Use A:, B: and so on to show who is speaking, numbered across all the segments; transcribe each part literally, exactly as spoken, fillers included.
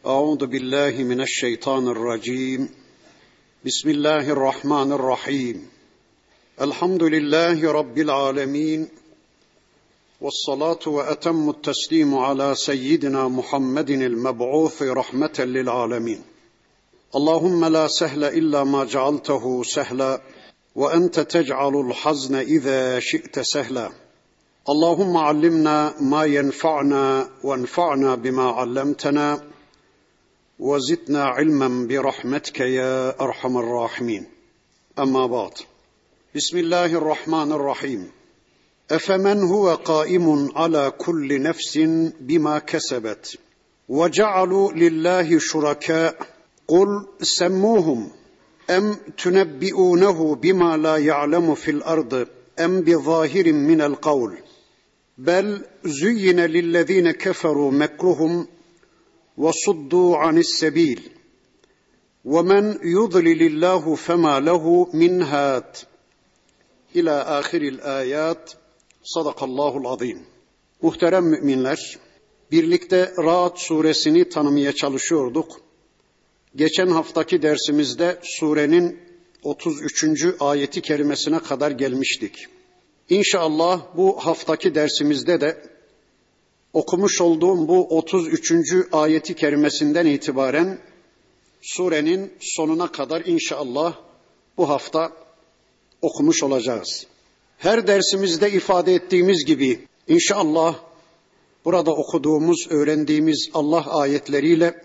A: Euzu billahi mineşşeytanirracim. Bismillahirrahmanirrahim. Elhamdülillahi Rabbil alemin. Vessalatu ve etemmut teslimu ala seyyidina Muhammedinil meb'ûthi rahmeten lil alemin. Allahümme la sehle illa ma cealtehu sehla ve ente tec'alul hazne izâ şi'te sehla. Allahümme allimna ma yenfa'na ve enfa'na bima allamtana ve zidna ilmen bi rahmetike ya erhamer rahimin. Amma ba'd. Bismillahirrahmanirrahim. Efemen huve kaimun ala kulli nefsin bima kesebet ve cealu lillahi şuraka kul semmuhum em tunebbi'unehu bima la ya'lemu fil ardı em bi zahirin minel kavl bel züyyine lillezine keferu mekruhum ve suddu anis sebil ve men yudlilillahu fema lehu min had ila ahiril ayat. Sadakallahul azim. Muhterem müminler, birlikte Ra'd suresini tanımaya çalışıyorduk. Geçen haftaki dersimizde surenin otuz üçüncü ayeti kerimesine kadar gelmiştik. İnşallah bu haftaki dersimizde de okumuş olduğum bu otuz üçüncü ayeti kerimesinden itibaren surenin sonuna kadar inşallah bu hafta okumuş olacağız. Her dersimizde ifade ettiğimiz gibi inşallah burada okuduğumuz, öğrendiğimiz Allah ayetleriyle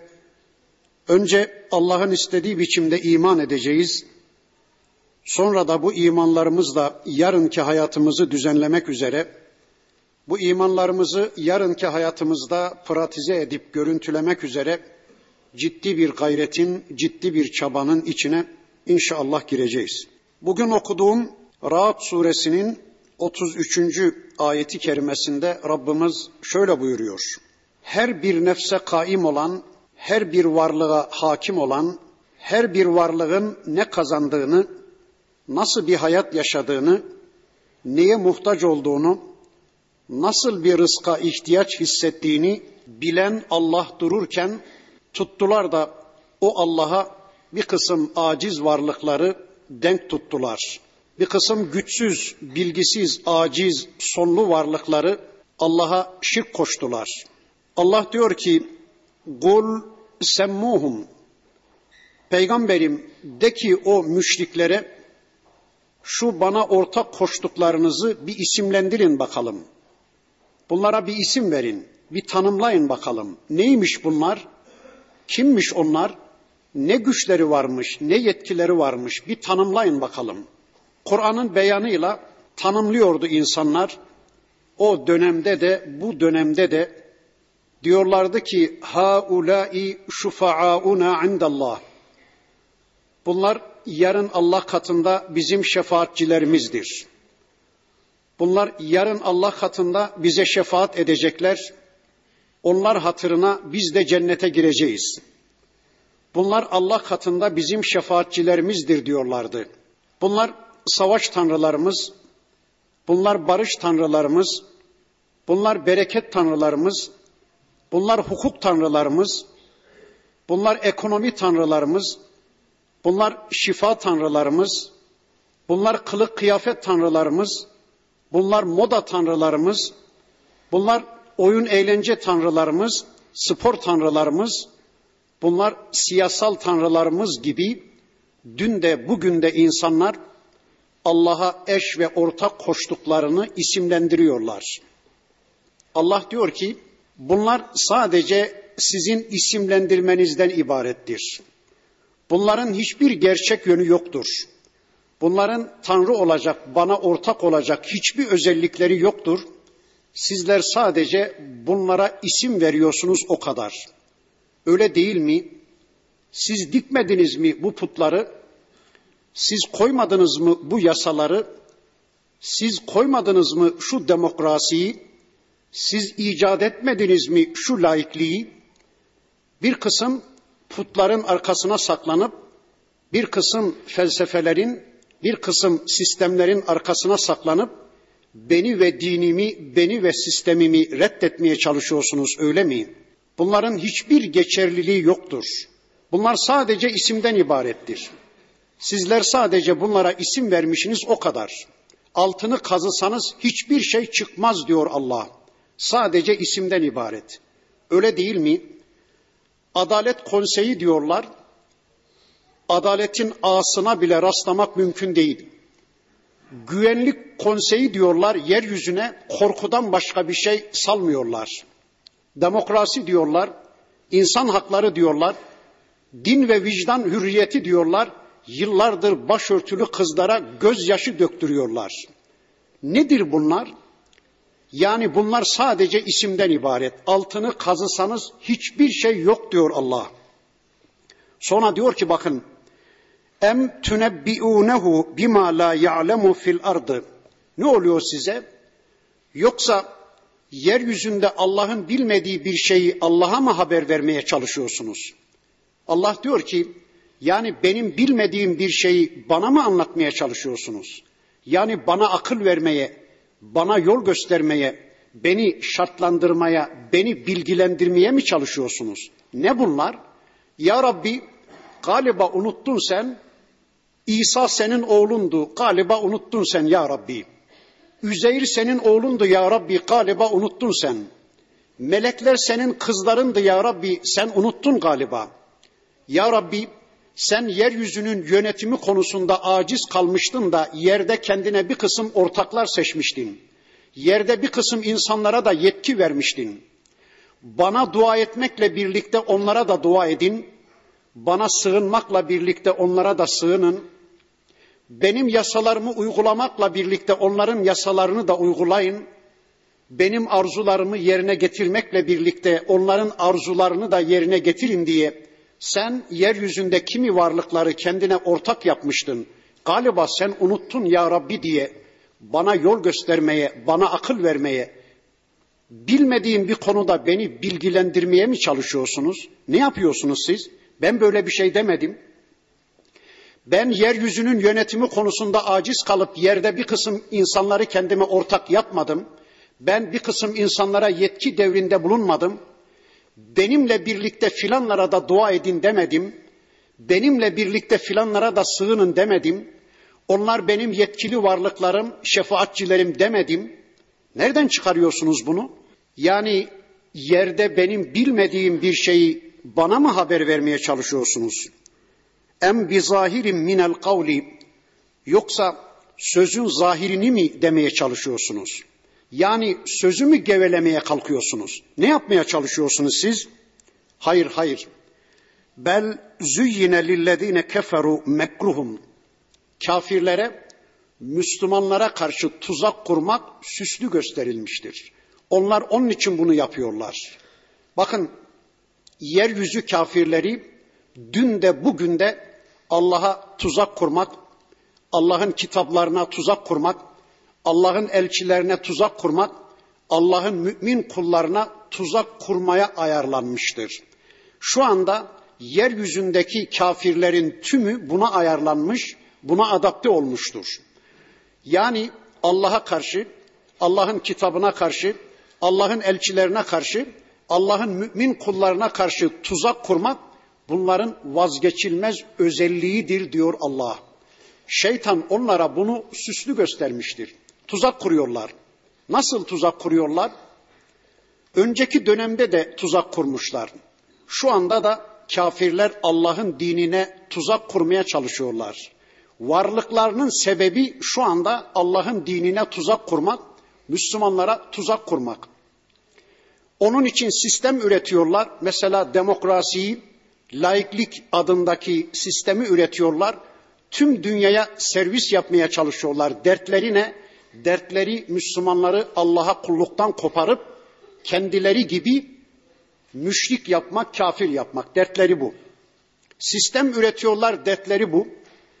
A: önce Allah'ın istediği biçimde iman edeceğiz. Sonra da bu imanlarımızla yarınki hayatımızı düzenlemek üzere, bu imanlarımızı yarınki hayatımızda pratize edip görüntülemek üzere ciddi bir gayretin, ciddi bir çabanın içine inşallah gireceğiz. Bugün okuduğum Ra'd suresinin otuz üçüncü ayeti kerimesinde Rabbimiz şöyle buyuruyor. Her bir nefse kaim olan, her bir varlığa hakim olan, her bir varlığın ne kazandığını, nasıl bir hayat yaşadığını, neye muhtaç olduğunu, nasıl bir rızka ihtiyaç hissettiğini bilen Allah dururken tuttular da o Allah'a bir kısım aciz varlıkları denk tuttular. Bir kısım güçsüz, bilgisiz, aciz, sonlu varlıkları Allah'a şirk koştular. Allah diyor ki, "Kul semmuhum." Peygamberim de ki o müşriklere, şu bana ortak koştuklarınızı bir isimlendirin bakalım. Bunlara bir isim verin, bir tanımlayın bakalım. Neymiş bunlar? Kimmiş onlar? Ne güçleri varmış, ne yetkileri varmış? Bir tanımlayın bakalım. Kur'an'ın beyanıyla tanımlıyordu insanlar. O dönemde de, bu dönemde de diyorlardı ki, haulâi şufa'auna indallah. Bunlar yarın Allah katında bizim şefaatçilerimizdir. Bunlar yarın Allah katında bize şefaat edecekler. Onlar hatırına biz de cennete gireceğiz. Bunlar Allah katında bizim şefaatçilerimizdir diyorlardı. Bunlar savaş tanrılarımız, bunlar barış tanrılarımız, bunlar bereket tanrılarımız, bunlar hukuk tanrılarımız, bunlar ekonomi tanrılarımız, bunlar şifa tanrılarımız, bunlar kılık kıyafet tanrılarımız, bunlar moda tanrılarımız, bunlar oyun eğlence tanrılarımız, spor tanrılarımız, bunlar siyasal tanrılarımız gibi dün de bugün de insanlar Allah'a eş ve ortak koştuklarını isimlendiriyorlar. Allah diyor ki bunlar sadece sizin isimlendirmenizden ibarettir. Bunların hiçbir gerçek yönü yoktur. Bunların Tanrı olacak, bana ortak olacak hiçbir özellikleri yoktur. Sizler sadece bunlara isim veriyorsunuz o kadar. Öyle değil mi? Siz dikmediniz mi bu putları? Siz koymadınız mı bu yasaları? Siz koymadınız mı şu demokrasiyi? Siz icat etmediniz mi şu laikliği? Bir kısım putların arkasına saklanıp, bir kısım felsefelerin, bir kısım sistemlerin arkasına saklanıp, beni ve dinimi, beni ve sistemimi reddetmeye çalışıyorsunuz, öyle mi? Bunların hiçbir geçerliliği yoktur. Bunlar sadece isimden ibarettir. Sizler sadece bunlara isim vermişsiniz, o kadar. Altını kazısanız hiçbir şey çıkmaz diyor Allah. Sadece isimden ibaret. Öyle değil mi? Adalet Konseyi diyorlar. Adaletin A'sına bile rastlamak mümkün değil. Güvenlik Konseyi diyorlar, yeryüzüne korkudan başka bir şey salmıyorlar. Demokrasi diyorlar, insan hakları diyorlar, din ve vicdan hürriyeti diyorlar, yıllardır başörtülü kızlara gözyaşı döktürüyorlar. Nedir bunlar? Yani bunlar sadece isimden ibaret. Altını kazısanız hiçbir şey yok diyor Allah. Sonra diyor ki bakın, em tunebbiunehu bima la ya'lemu fil ardı. Ne oluyor size? Yoksa yeryüzünde Allah'ın bilmediği bir şeyi Allah'a mı haber vermeye çalışıyorsunuz? Allah diyor ki, yani benim bilmediğim bir şeyi bana mı anlatmaya çalışıyorsunuz? Yani bana akıl vermeye, bana yol göstermeye, beni şartlandırmaya, beni bilgilendirmeye mi çalışıyorsunuz? Ne bunlar? Ya Rabbi, galiba unuttun sen, İsa senin oğlundu, galiba unuttun sen ya Rabbi. Üzeyir senin oğlundu ya Rabbi, galiba unuttun sen. Melekler senin kızlarındı ya Rabbi, sen unuttun galiba. Ya Rabbi, sen yeryüzünün yönetimi konusunda aciz kalmıştın da yerde kendine bir kısım ortaklar seçmiştin. Yerde bir kısım insanlara da yetki vermiştin. Bana dua etmekle birlikte onlara da dua edin. Bana sığınmakla birlikte onlara da sığının. Benim yasalarımı uygulamakla birlikte onların yasalarını da uygulayın. Benim arzularımı yerine getirmekle birlikte onların arzularını da yerine getirin diye sen yeryüzünde kimi varlıkları kendine ortak yapmıştın. Galiba sen unuttun ya Rabbi diye bana yol göstermeye, bana akıl vermeye, bilmediğim bir konuda beni bilgilendirmeye mi çalışıyorsunuz? Ne yapıyorsunuz siz? Ben böyle bir şey demedim. Ben yeryüzünün yönetimi konusunda aciz kalıp yerde bir kısım insanları kendime ortak yapmadım. Ben bir kısım insanlara yetki devrinde bulunmadım. Benimle birlikte filanlara da dua edin demedim. Benimle birlikte filanlara da sığının demedim. Onlar benim yetkili varlıklarım, şefaatçilerim demedim. Nereden çıkarıyorsunuz bunu? Yani yerde benim bilmediğim bir şeyi bana mı haber vermeye çalışıyorsunuz? Em bi zahirin minel kavli, yoksa sözün zahirini mi demeye çalışıyorsunuz? Yani sözü mü gevelemeye kalkıyorsunuz? Ne yapmaya çalışıyorsunuz siz? Hayır, hayır. Bel züyyine lillezine keferu mekruhum. Kafirlere, Müslümanlara karşı tuzak kurmak süslü gösterilmiştir. Onlar onun için bunu yapıyorlar. Bakın, yeryüzü kafirleri dün de bugün de Allah'a tuzak kurmak, Allah'ın kitaplarına tuzak kurmak, Allah'ın elçilerine tuzak kurmak, Allah'ın mümin kullarına tuzak kurmaya ayarlanmıştır. Şu anda yeryüzündeki kafirlerin tümü buna ayarlanmış, buna adapte olmuştur. Yani Allah'a karşı, Allah'ın kitabına karşı, Allah'ın elçilerine karşı, Allah'ın mümin kullarına karşı tuzak kurmak, bunların vazgeçilmez özelliğidir diyor Allah. Şeytan onlara bunu süslü göstermiştir. Tuzak kuruyorlar. Nasıl tuzak kuruyorlar? Önceki dönemde de tuzak kurmuşlar. Şu anda da kafirler Allah'ın dinine tuzak kurmaya çalışıyorlar. Varlıklarının sebebi şu anda Allah'ın dinine tuzak kurmak, Müslümanlara tuzak kurmak. Onun için sistem üretiyorlar. Mesela demokrasiyi, laiklik adındaki sistemi üretiyorlar. Tüm dünyaya servis yapmaya çalışıyorlar. Dertleri ne? Dertleri Müslümanları Allah'a kulluktan koparıp kendileri gibi müşrik yapmak, kafir yapmak. Dertleri bu. Sistem üretiyorlar, dertleri bu.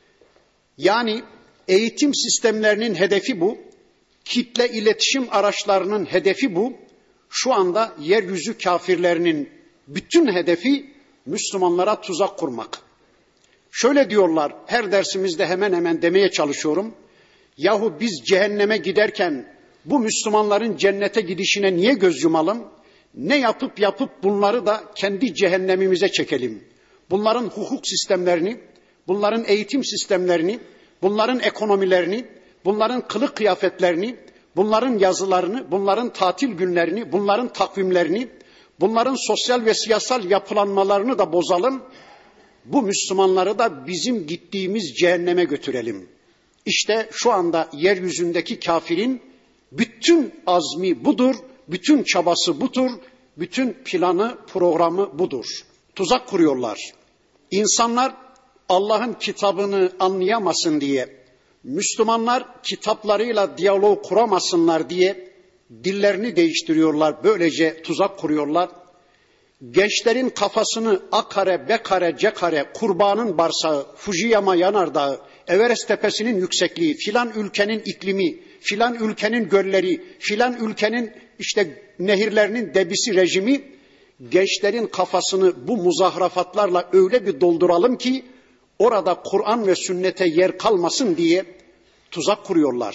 A: Yani eğitim sistemlerinin hedefi bu. Kitle iletişim araçlarının hedefi bu. Şu anda yeryüzü kafirlerinin bütün hedefi Müslümanlara tuzak kurmak. Şöyle diyorlar, her dersimizde hemen hemen demeye çalışıyorum. Yahu biz cehenneme giderken bu Müslümanların cennete gidişine niye göz yumalım? Ne yapıp yapıp bunları da kendi cehennemimize çekelim. Bunların hukuk sistemlerini, bunların eğitim sistemlerini, bunların ekonomilerini, bunların kılık kıyafetlerini, bunların yazılarını, bunların tatil günlerini, bunların takvimlerini, bunların sosyal ve siyasal yapılanmalarını da bozalım. Bu Müslümanları da bizim gittiğimiz cehenneme götürelim. İşte şu anda yeryüzündeki kafirin bütün azmi budur, bütün çabası budur, bütün planı, programı budur. Tuzak kuruyorlar. İnsanlar Allah'ın kitabını anlayamasın diye, Müslümanlar kitaplarıyla diyalog kuramasınlar diye dillerini değiştiriyorlar. Böylece tuzak kuruyorlar. Gençlerin kafasını A kare, B kare, C kare, kurbanın barsağı, Fujiyama yanardağı, Everest tepesinin yüksekliği, filan ülkenin iklimi, filan ülkenin gölleri, filan ülkenin işte nehirlerinin debisi rejimi, gençlerin kafasını bu muzahrafatlarla öyle bir dolduralım ki orada Kur'an ve sünnete yer kalmasın diye tuzak kuruyorlar.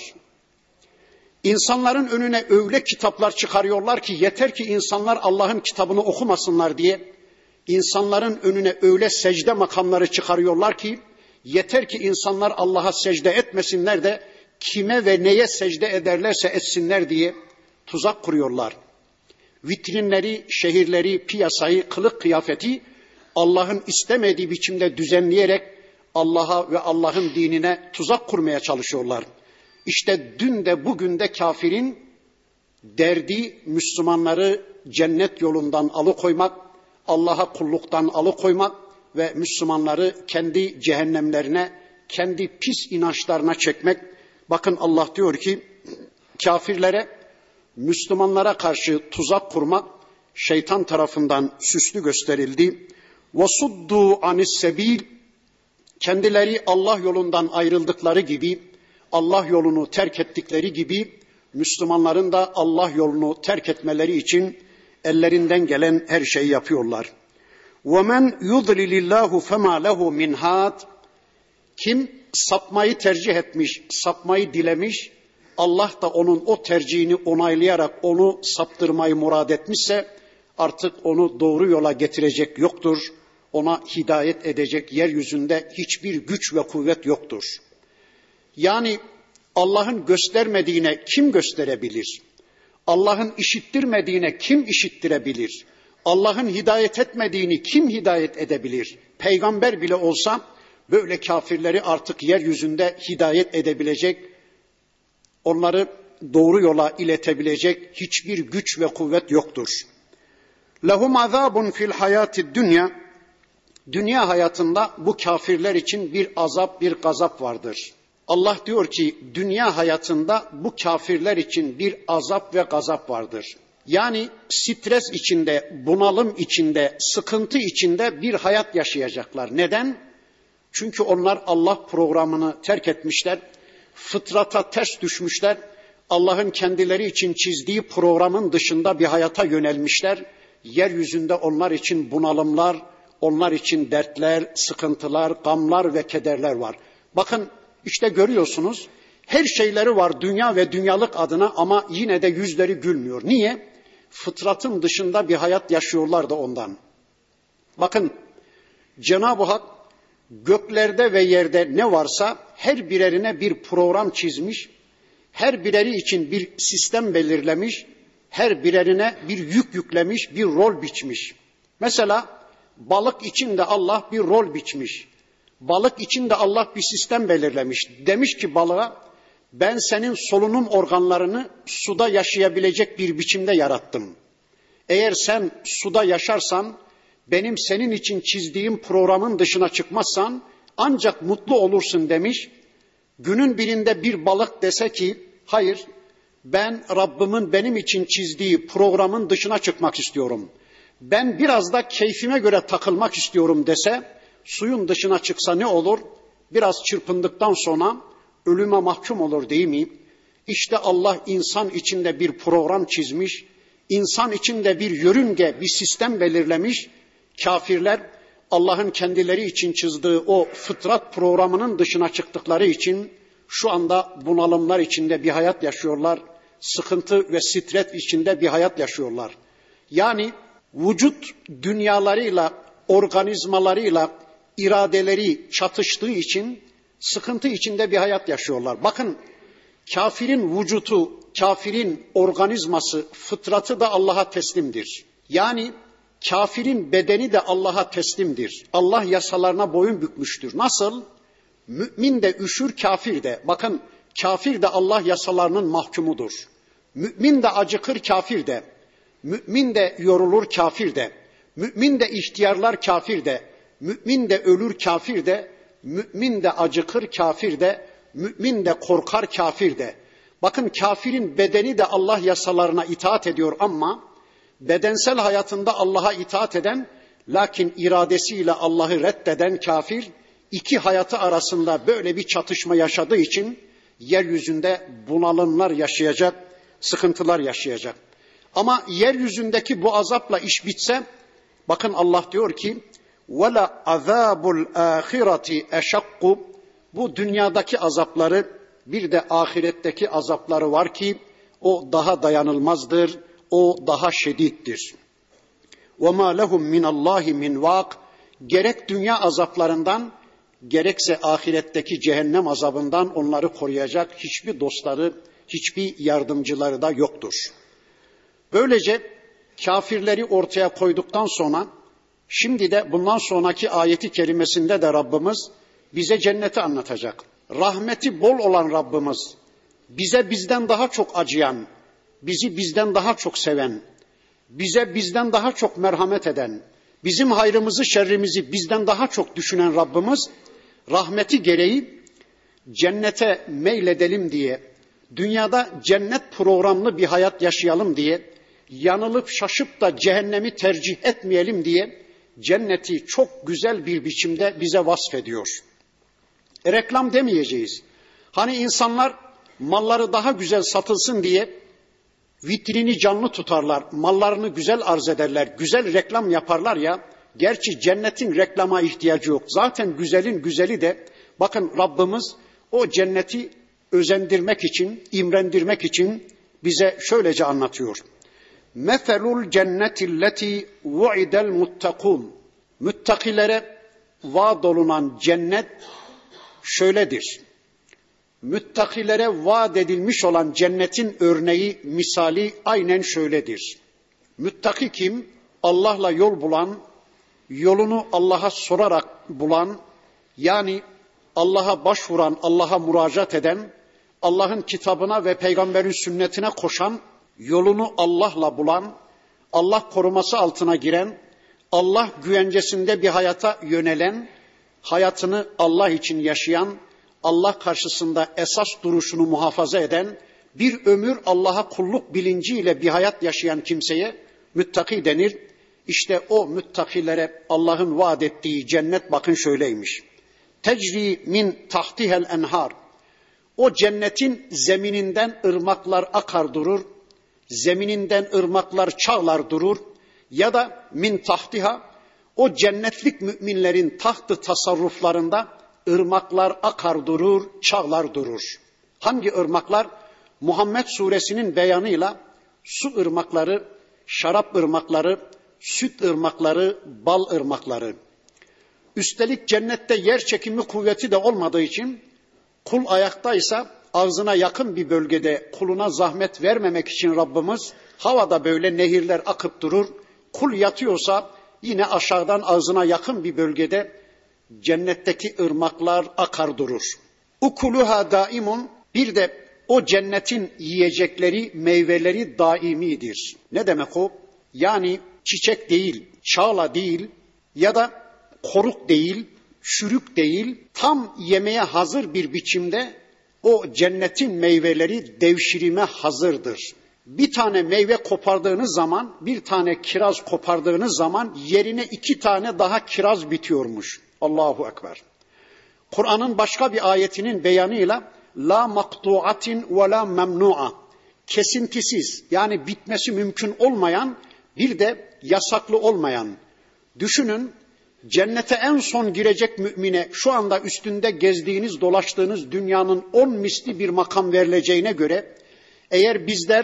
A: İnsanların önüne öyle kitaplar çıkarıyorlar ki yeter ki insanlar Allah'ın kitabını okumasınlar diye, insanların önüne öyle secde makamları çıkarıyorlar ki yeter ki insanlar Allah'a secde etmesinler de kime ve neye secde ederlerse etsinler diye tuzak kuruyorlar. Vitrinleri, şehirleri, piyasayı, kılık kıyafeti Allah'ın istemediği biçimde düzenleyerek Allah'a ve Allah'ın dinine tuzak kurmaya çalışıyorlar. İşte dün de bugün de kafirin derdi Müslümanları cennet yolundan alıkoymak, Allah'a kulluktan alıkoymak ve Müslümanları kendi cehennemlerine, kendi pis inançlarına çekmek. Bakın Allah diyor ki kafirlere, Müslümanlara karşı tuzak kurmak şeytan tarafından süslü gösterildi. وَصُدُّوا عَنِ السَّب۪يلِ Kendileri Allah yolundan ayrıldıkları gibi, Allah yolunu terk ettikleri gibi Müslümanların da Allah yolunu terk etmeleri için ellerinden gelen her şeyi yapıyorlar. وَمَنْ يُضْلِلِ اللّٰهُ فَمَا لَهُ مِنْ هَادٍ Kim sapmayı tercih etmiş, sapmayı dilemiş, Allah da onun o tercihini onaylayarak onu saptırmayı murad etmişse artık onu doğru yola getirecek yoktur. Ona hidayet edecek yeryüzünde hiçbir güç ve kuvvet yoktur. Yani Allah'ın göstermediğine kim gösterebilir? Allah'ın işittirmediğine kim işittirebilir? Allah'ın hidayet etmediğini kim hidayet edebilir? Peygamber bile olsa böyle kafirleri artık yeryüzünde hidayet edebilecek, onları doğru yola iletebilecek hiçbir güç ve kuvvet yoktur. Lehum azabun fil hayatid dünya. Dünya hayatında bu kafirler için bir azap, bir gazap vardır. Allah diyor ki dünya hayatında bu kafirler için bir azap ve gazap vardır. Yani stres içinde, bunalım içinde, sıkıntı içinde bir hayat yaşayacaklar. Neden? Çünkü onlar Allah programını terk etmişler, fıtrata ters düşmüşler, Allah'ın kendileri için çizdiği programın dışında bir hayata yönelmişler. Yeryüzünde onlar için bunalımlar, onlar için dertler, sıkıntılar, gamlar ve kederler var. Bakın işte görüyorsunuz, her şeyleri var dünya ve dünyalık adına ama yine de yüzleri gülmüyor. Niye? Fıtratın dışında bir hayat yaşıyorlar da ondan. Bakın Cenab-ı Hak göklerde ve yerde ne varsa her birerine bir program çizmiş, her bireri için bir sistem belirlemiş, her birerine bir yük yüklemiş, bir rol biçmiş. Mesela balık için de Allah bir rol biçmiş. Balık için de Allah bir sistem belirlemiş. Demiş ki balığa, ben senin solunum organlarını suda yaşayabilecek bir biçimde yarattım. Eğer sen suda yaşarsan, benim senin için çizdiğim programın dışına çıkmazsan ancak mutlu olursun demiş. Günün birinde bir balık dese ki, hayır ben Rabbimin benim için çizdiği programın dışına çıkmak istiyorum. Ben biraz da keyfime göre takılmak istiyorum dese, suyun dışına çıksa ne olur? Biraz çırpındıktan sonra ölüme mahkum olur değil mi? İşte Allah insan içinde bir program çizmiş, insan içinde bir yörünge, bir sistem belirlemiş. Kafirler Allah'ın kendileri için çizdiği o fıtrat programının dışına çıktıkları için şu anda bunalımlar içinde bir hayat yaşıyorlar. Sıkıntı ve stres içinde bir hayat yaşıyorlar. Yani vücut dünyalarıyla, organizmalarıyla iradeleri çatıştığı için sıkıntı içinde bir hayat yaşıyorlar. Bakın, kafirin vücutu, kafirin organizması, fıtratı da Allah'a teslimdir. Yani kafirin bedeni de Allah'a teslimdir. Allah yasalarına boyun bükmüştür. Nasıl? Mümin de üşür, kafir de. Bakın, kafir de Allah yasalarının mahkumudur. Mümin de acıkır, kafir de. Mümin de yorulur, kafir de. Mümin de ihtiyarlar, kafir de. Mümin de ölür, kafir de. Mümin de acıkır, kafir de. Mümin de korkar, kafir de. Bakın, kafirin bedeni de Allah yasalarına itaat ediyor ama bedensel hayatında Allah'a itaat eden, lakin iradesiyle Allah'ı reddeden kafir, iki hayatı arasında böyle bir çatışma yaşadığı için yeryüzünde bunalımlar yaşayacak, sıkıntılar yaşayacak. Ama yeryüzündeki bu azapla iş bitse, bakın Allah diyor ki وَلَا عَذَابُ الْآخِرَةِ اَشَقُّ Bu dünyadaki azapları, bir de ahiretteki azapları var ki o daha dayanılmazdır, o daha şedittir. وَمَا لَهُمْ مِنَ اللّٰهِ مِنْ وَاقٍ Gerek dünya azaplarından, gerekse ahiretteki cehennem azabından onları koruyacak hiçbir dostları, hiçbir yardımcıları da yoktur. Böylece kafirleri ortaya koyduktan sonra, şimdi de bundan sonraki ayeti kerimesinde de Rabbimiz bize cenneti anlatacak. Rahmeti bol olan Rabbimiz, bize bizden daha çok acıyan, bizi bizden daha çok seven, bize bizden daha çok merhamet eden, bizim hayrımızı şerrimizi bizden daha çok düşünen Rabbimiz, rahmeti gereği cennete meyledelim diye, dünyada cennet programlı bir hayat yaşayalım diye, yanılıp şaşıp da cehennemi tercih etmeyelim diye cenneti çok güzel bir biçimde bize vasfediyor. E, reklam demeyeceğiz. Hani insanlar malları daha güzel satılsın diye vitrini canlı tutarlar, mallarını güzel arz ederler, güzel reklam yaparlar ya, gerçi cennetin reklama ihtiyacı yok. Zaten güzelin güzeli de, bakın Rabbimiz o cenneti özendirmek için, imrendirmek için bize şöylece anlatıyor. Mefelul cennetilleti vu'idel muttakun. Müttakilere vaad olunan cennet şöyledir. Müttakilere vaat edilmiş olan cennetin örneği, misali aynen şöyledir. Müttaki kim? Allah'la yol bulan, yolunu Allah'a sorarak bulan, yani Allah'a başvuran, Allah'a müracaat eden, Allah'ın kitabına ve peygamberin sünnetine koşan, yolunu Allah'la bulan, Allah koruması altına giren, Allah güvencesinde bir hayata yönelen, hayatını Allah için yaşayan, Allah karşısında esas duruşunu muhafaza eden, bir ömür Allah'a kulluk bilinciyle bir hayat yaşayan kimseye müttaki denir. İşte o müttakilere Allah'ın vaat ettiği cennet bakın şöyleymiş. Tecri min tahtihel enhar. O cennetin zemininden ırmaklar akar durur, zemininden ırmaklar çağlar durur ya da min tahtiha, o cennetlik müminlerin tahtı tasarruflarında ırmaklar akar durur, çağlar durur. Hangi ırmaklar? Muhammed suresinin beyanıyla su ırmakları, şarap ırmakları, süt ırmakları, bal ırmakları. Üstelik cennette yer çekimi kuvveti de olmadığı için kul ayaktaysa ağzına yakın bir bölgede kuluna zahmet vermemek için Rabbimiz havada böyle nehirler akıp durur. Kul yatıyorsa yine aşağıdan ağzına yakın bir bölgede cennetteki ırmaklar akar durur. Ukuluha daimun, bir de o cennetin yiyecekleri, meyveleri daimidir. Ne demek o? Yani çiçek değil, çağla değil ya da koruk değil, çürük değil, tam yemeye hazır bir biçimde o cennetin meyveleri devşirime hazırdır. Bir tane meyve kopardığınız zaman, bir tane kiraz kopardığınız zaman yerine iki tane daha kiraz bitiyormuş. Allahu Ekber. Kur'an'ın başka bir ayetinin beyanıyla la maktuatin ve la memnu'a, kesintisiz, yani bitmesi mümkün olmayan, bir de yasaklı olmayan. Düşünün, cennete en son girecek mümine şu anda üstünde gezdiğiniz, dolaştığınız dünyanın on misli bir makam verileceğine göre, eğer bizler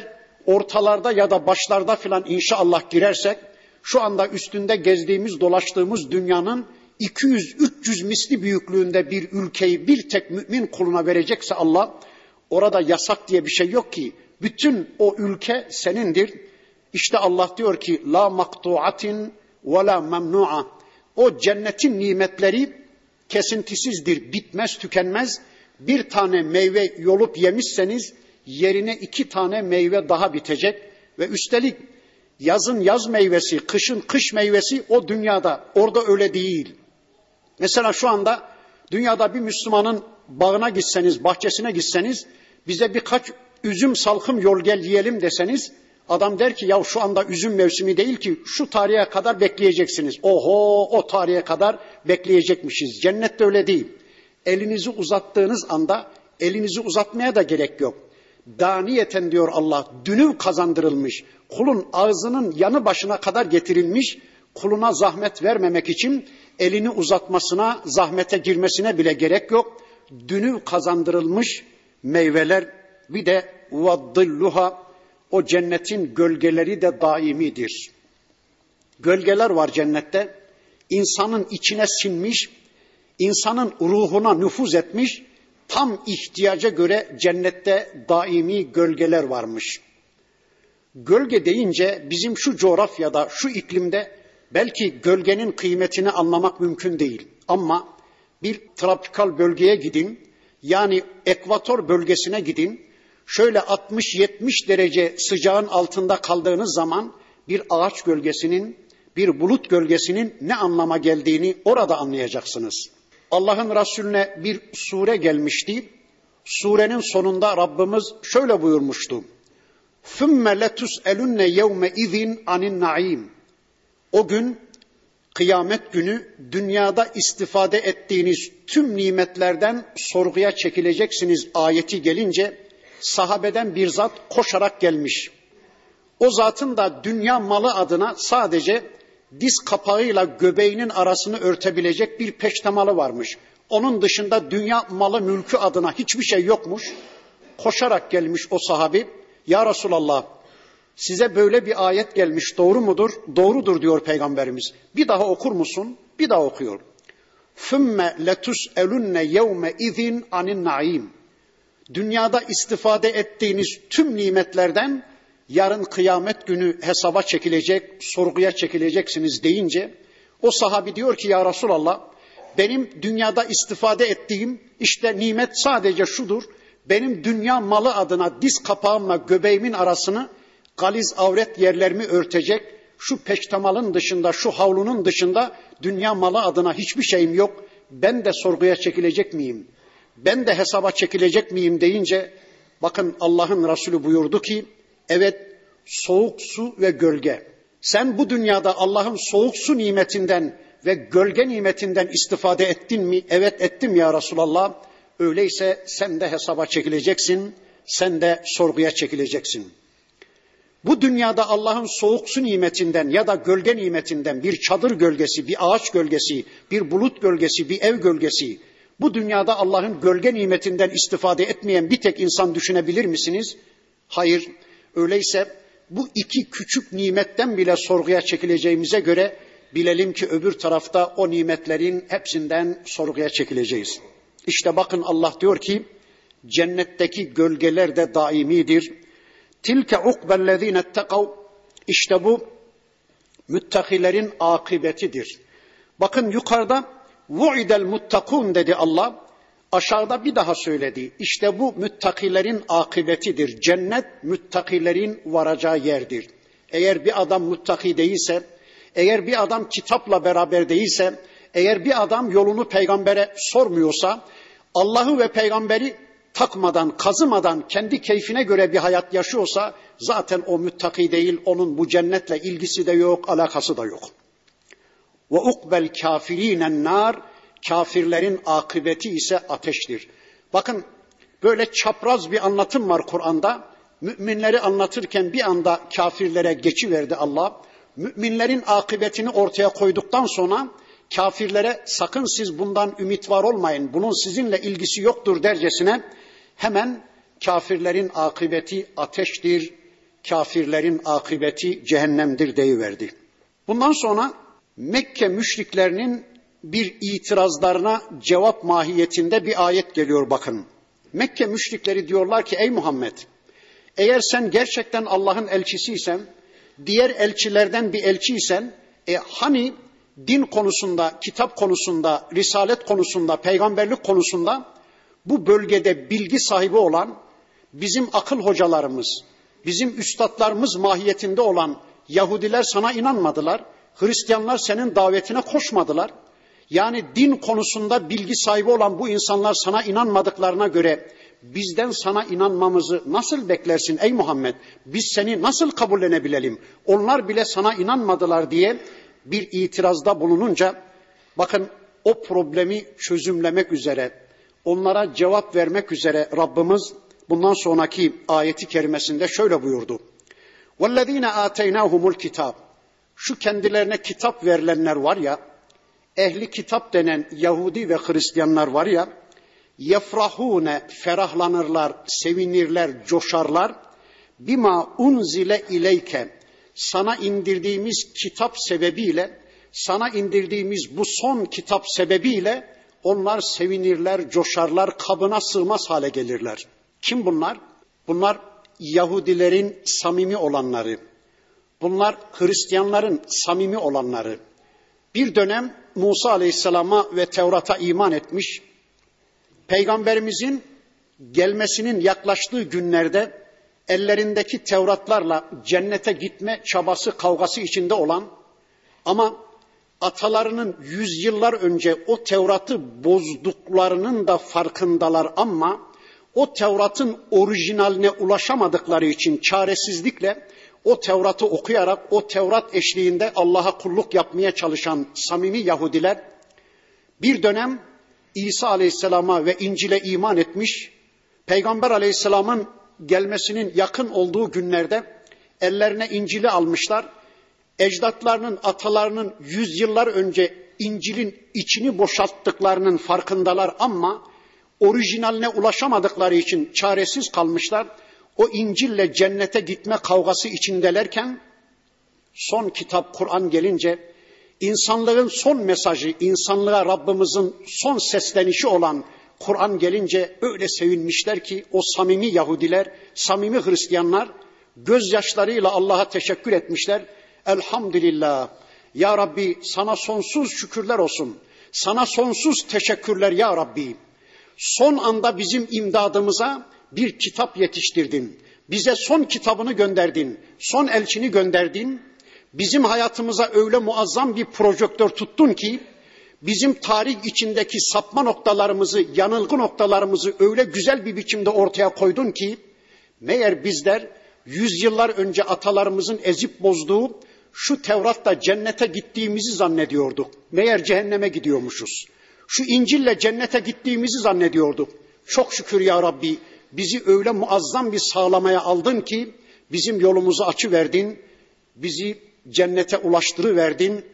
A: ortalarda ya da başlarda filan inşallah girersek, şu anda üstünde gezdiğimiz, dolaştığımız dünyanın iki yüz üç yüz misli büyüklüğünde bir ülkeyi bir tek mümin kuluna verecekse Allah, orada yasak diye bir şey yok ki. Bütün o ülke senindir. İşte Allah diyor ki la maktuatin ve la memnu'a. O cennetin nimetleri kesintisizdir, bitmez, tükenmez. Bir tane meyve yolup yemişseniz yerine iki tane meyve daha bitecek ve üstelik yazın yaz meyvesi, kışın kış meyvesi o dünyada, orada öyle değil. Mesela şu anda dünyada bir Müslümanın bağına gitseniz, bahçesine gitseniz, bize birkaç üzüm salkım yol gel yiyelim deseniz, adam der ki ya şu anda üzüm mevsimi değil ki, şu tarihe kadar bekleyeceksiniz. Oho, o tarihe kadar bekleyecekmişiz. Cennette öyle değil. Elinizi uzattığınız anda elinizi uzatmaya da gerek yok. Daniyeten diyor Allah, dünüv kazandırılmış, kulun ağzının yanı başına kadar getirilmiş, kuluna zahmet vermemek için elini uzatmasına, zahmete girmesine bile gerek yok. Dünüv kazandırılmış meyveler, bir de vaddilluha, o cennetin gölgeleri de daimidir. Gölgeler var cennette, insanın içine sinmiş, insanın ruhuna nüfuz etmiş, tam ihtiyaca göre cennette daimi gölgeler varmış. Gölge deyince bizim şu coğrafyada, şu iklimde belki gölgenin kıymetini anlamak mümkün değil. Ama bir tropikal bölgeye gidin, yani ekvator bölgesine gidin, şöyle altmış yetmiş derece sıcağın altında kaldığınız zaman bir ağaç gölgesinin, bir bulut gölgesinin ne anlama geldiğini orada anlayacaksınız. Allah'ın Resulüne bir sure gelmişti. Surenin sonunda Rabbimiz şöyle buyurmuştu. ثُمَّ لَتُسْأَلُنَّ يَوْمَ اِذٍ عَنِ النَّعِيمِ. O gün, kıyamet günü dünyada istifade ettiğiniz tüm nimetlerden sorguya çekileceksiniz ayeti gelince, sahabeden bir zat koşarak gelmiş. O zatın da dünya malı adına sadece diz kapağıyla göbeğinin arasını örtebilecek bir peştemalı varmış. Onun dışında dünya malı mülkü adına hiçbir şey yokmuş. Koşarak gelmiş o sahabi. Ya Resulallah, size böyle bir ayet gelmiş, doğru mudur? Doğrudur diyor Peygamberimiz. Bir daha okur musun? Bir daha okuyor. ثُمَّ لَتُسْأَلُنَّ يَوْمَ اِذٍ عَنِ النَّعِيمِ. Dünyada istifade ettiğiniz tüm nimetlerden yarın kıyamet günü hesaba çekilecek, sorguya çekileceksiniz deyince, o sahabi diyor ki ya Resulallah, benim dünyada istifade ettiğim işte nimet sadece şudur, benim dünya malı adına diz kapağımla göbeğimin arasını, galiz avret yerlerimi örtecek, şu peştemalın dışında, şu havlunun dışında dünya malı adına hiçbir şeyim yok, ben de sorguya çekilecek miyim? Ben de hesaba çekilecek miyim deyince, bakın Allah'ın Resulü buyurdu ki, evet, soğuk su ve gölge. Sen bu dünyada Allah'ın soğuk su nimetinden ve gölge nimetinden istifade ettin mi? Evet ettim ya Resulallah. Öyleyse sen de hesaba çekileceksin, sen de sorguya çekileceksin. Bu dünyada Allah'ın soğuk su nimetinden ya da gölge nimetinden bir çadır gölgesi, bir ağaç gölgesi, bir bulut gölgesi, bir ev gölgesi, bu dünyada Allah'ın gölge nimetinden istifade etmeyen bir tek insan düşünebilir misiniz? Hayır. Öyleyse bu iki küçük nimetten bile sorguya çekileceğimize göre bilelim ki öbür tarafta o nimetlerin hepsinden sorguya çekileceğiz. İşte bakın Allah diyor ki cennetteki gölgeler de daimidir. Tilke ukbellezine ettekav. İşte bu müttakilerin akıbetidir. Bakın yukarıda vu'idel muttakun dedi Allah. Aşağıda bir daha söyledi. İşte bu müttakilerin akıbetidir. Cennet müttakilerin varacağı yerdir. Eğer bir adam muttaki değilse, eğer bir adam kitapla beraber değilse, eğer bir adam yolunu peygambere sormuyorsa, Allah'ı ve peygamberi takmadan, kazımadan kendi keyfine göre bir hayat yaşıyorsa zaten o müttaki değil, onun bu cennetle ilgisi de yok, alakası da yok. Ve ukbel kafirinen nar, kafirlerin akıbeti ise ateştir. Bakın böyle çapraz bir anlatım var Kur'an'da. Müminleri anlatırken bir anda kafirlere geçiverdi Allah. Müminlerin akıbetini ortaya koyduktan sonra kafirlere sakın siz bundan ümit var olmayın, bunun sizinle ilgisi yoktur dercesine hemen kafirlerin akıbeti ateştir, kafirlerin akıbeti cehennemdir deyiverdi. Bundan sonra Mekke müşriklerinin bir itirazlarına cevap mahiyetinde bir ayet geliyor bakın. Mekke müşrikleri diyorlar ki ey Muhammed, eğer sen gerçekten Allah'ın elçisiysen, diğer elçilerden bir elçiysen, e hani din konusunda, kitap konusunda, risalet konusunda, peygamberlik konusunda bu bölgede bilgi sahibi olan, bizim akıl hocalarımız, bizim üstadlarımız mahiyetinde olan Yahudiler sana inanmadılar, Hristiyanlar senin davetine koşmadılar. Yani din konusunda bilgi sahibi olan bu insanlar sana inanmadıklarına göre bizden sana inanmamızı nasıl beklersin ey Muhammed? Biz seni nasıl kabullenebilelim? Onlar bile sana inanmadılar diye bir itirazda bulununca bakın o problemi çözümlemek üzere, onlara cevap vermek üzere Rabbimiz bundan sonraki ayeti kerimesinde şöyle buyurdu. وَالَّذ۪ينَ آتَيْنَاهُمُ الْكِتَابِ Şu kendilerine kitap verilenler var ya, ehli kitap denen Yahudi ve Hristiyanlar var ya, yefrahune ferahlanırlar, sevinirler, coşarlar. Bima unzile ileyke sana indirdiğimiz kitap sebebiyle, sana indirdiğimiz bu son kitap sebebiyle onlar sevinirler, coşarlar, kabına sığmaz hale gelirler. Kim bunlar? Bunlar Yahudilerin samimi olanları. Bunlar Hristiyanların samimi olanları. Bir dönem Musa Aleyhisselam'a ve Tevrat'a iman etmiş, Peygamberimizin gelmesinin yaklaştığı günlerde ellerindeki Tevratlarla cennete gitme çabası, kavgası içinde olan ama atalarının yüzyıllar önce o Tevrat'ı bozduklarının da farkındalar ama o Tevrat'ın orijinaline ulaşamadıkları için çaresizlikle o Tevrat'ı okuyarak o Tevrat eşliğinde Allah'a kulluk yapmaya çalışan samimi Yahudiler bir dönem İsa Aleyhisselam'a ve İncil'e iman etmiş, Peygamber Aleyhisselam'ın gelmesinin yakın olduğu günlerde ellerine İncil'i almışlar. Ecdatlarının, atalarının yüzyıllar önce İncil'in içini boşalttıklarının farkındalar ama orijinaline ulaşamadıkları için çaresiz kalmışlar. O İncil'le cennete gitme kavgası içindelerken son kitap Kur'an gelince, insanlığın son mesajı, insanlığa Rabbimizin son seslenişi olan Kur'an gelince öyle sevinmişler ki o samimi Yahudiler, samimi Hristiyanlar gözyaşlarıyla Allah'a teşekkür etmişler. Elhamdülillah, ya Rabbi sana sonsuz şükürler olsun, sana sonsuz teşekkürler ya Rabbi. Son anda bizim imdadımıza bir kitap yetiştirdin, bize son kitabını gönderdin, son elçini gönderdin. Bizim hayatımıza öyle muazzam bir projektör tuttun ki, bizim tarih içindeki sapma noktalarımızı, yanılgı noktalarımızı öyle güzel bir biçimde ortaya koydun ki, meğer bizler yüzyıllar önce atalarımızın ezip bozduğu şu Tevrat'ta cennete gittiğimizi zannediyorduk. Meğer cehenneme gidiyormuşuz. Şu İncil'le cennete gittiğimizi zannediyorduk. Çok şükür ya Rabbi, bizi öyle muazzam bir sağlamaya aldın ki, bizim yolumuzu açıverdin, bizi cennete ulaştırıverdin.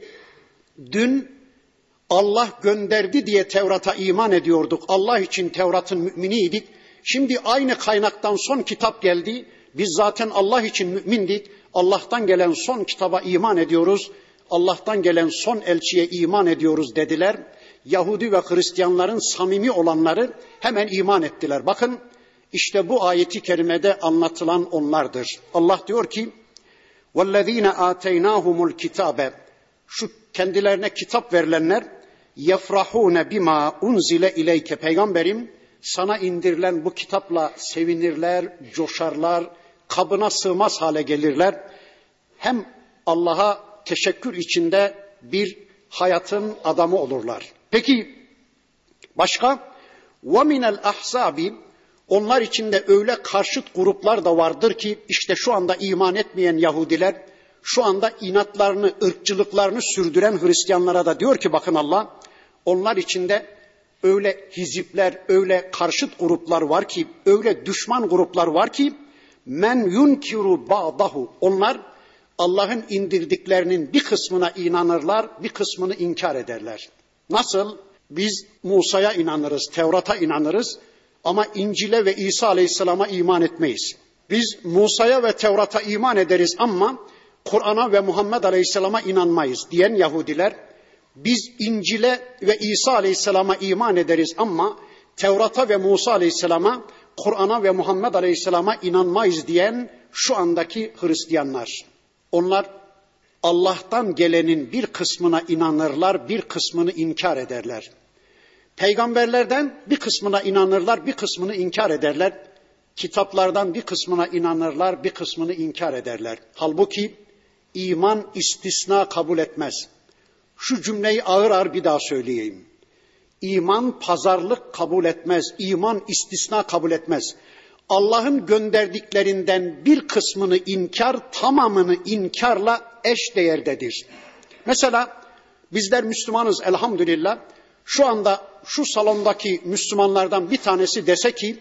A: Dün Allah gönderdi diye Tevrat'a iman ediyorduk. Allah için Tevrat'ın müminiydik. Şimdi aynı kaynaktan son kitap geldi. Biz zaten Allah için mümindik. Allah'tan gelen son kitaba iman ediyoruz. Allah'tan gelen son elçiye iman ediyoruz dediler. Yahudi ve Hristiyanların samimi olanları hemen iman ettiler. Bakın işte bu ayeti kerimede anlatılan onlardır. Allah diyor ki وَالَّذ۪ينَ آتَيْنَاهُمُ الْكِتَابَ Şu kendilerine kitap verilenler يَفْرَحُونَ بِمَا اُنْزِلَ اِلَيْكَ Peygamberim sana indirilen bu kitapla sevinirler, coşarlar, kabına sığmaz hale gelirler. Hem Allah'a teşekkür içinde bir hayatın adamı olurlar. Peki başka? وَمِنَ الْأَحْزَابِ Onlar içinde öyle karşıt gruplar da vardır ki işte şu anda iman etmeyen Yahudiler, şu anda inatlarını, ırkçılıklarını sürdüren Hristiyanlara da diyor ki bakın Allah, onlar içinde öyle hizipler, öyle karşıt gruplar var ki, öyle düşman gruplar var ki men yunkiru ba'dahu. Onlar Allah'ın indirdiklerinin bir kısmına inanırlar, bir kısmını inkar ederler. Nasıl? Biz Musa'ya inanırız, Tevrat'a inanırız ama İncil'e ve İsa Aleyhisselam'a iman etmeyiz. Biz Musa'ya ve Tevrat'a iman ederiz ama Kur'an'a ve Muhammed Aleyhisselam'a inanmayız diyen Yahudiler, biz İncil'e ve İsa Aleyhisselam'a iman ederiz ama Tevrat'a ve Musa Aleyhisselam'a, Kur'an'a ve Muhammed Aleyhisselam'a inanmayız diyen şu andaki Hristiyanlar. Onlar Allah'tan gelenin bir kısmına inanırlar, bir kısmını inkar ederler. Peygamberlerden bir kısmına inanırlar, bir kısmını inkar ederler. Kitaplardan bir kısmına inanırlar, bir kısmını inkar ederler. Halbuki iman istisna kabul etmez. Şu cümleyi ağır ağır bir daha söyleyeyim. İman pazarlık kabul etmez, iman istisna kabul etmez. Allah'ın gönderdiklerinden bir kısmını inkar, tamamını inkarla eş değerdedir. Mesela bizler Müslümanız elhamdülillah. Şu anda şu salondaki Müslümanlardan bir tanesi dese ki,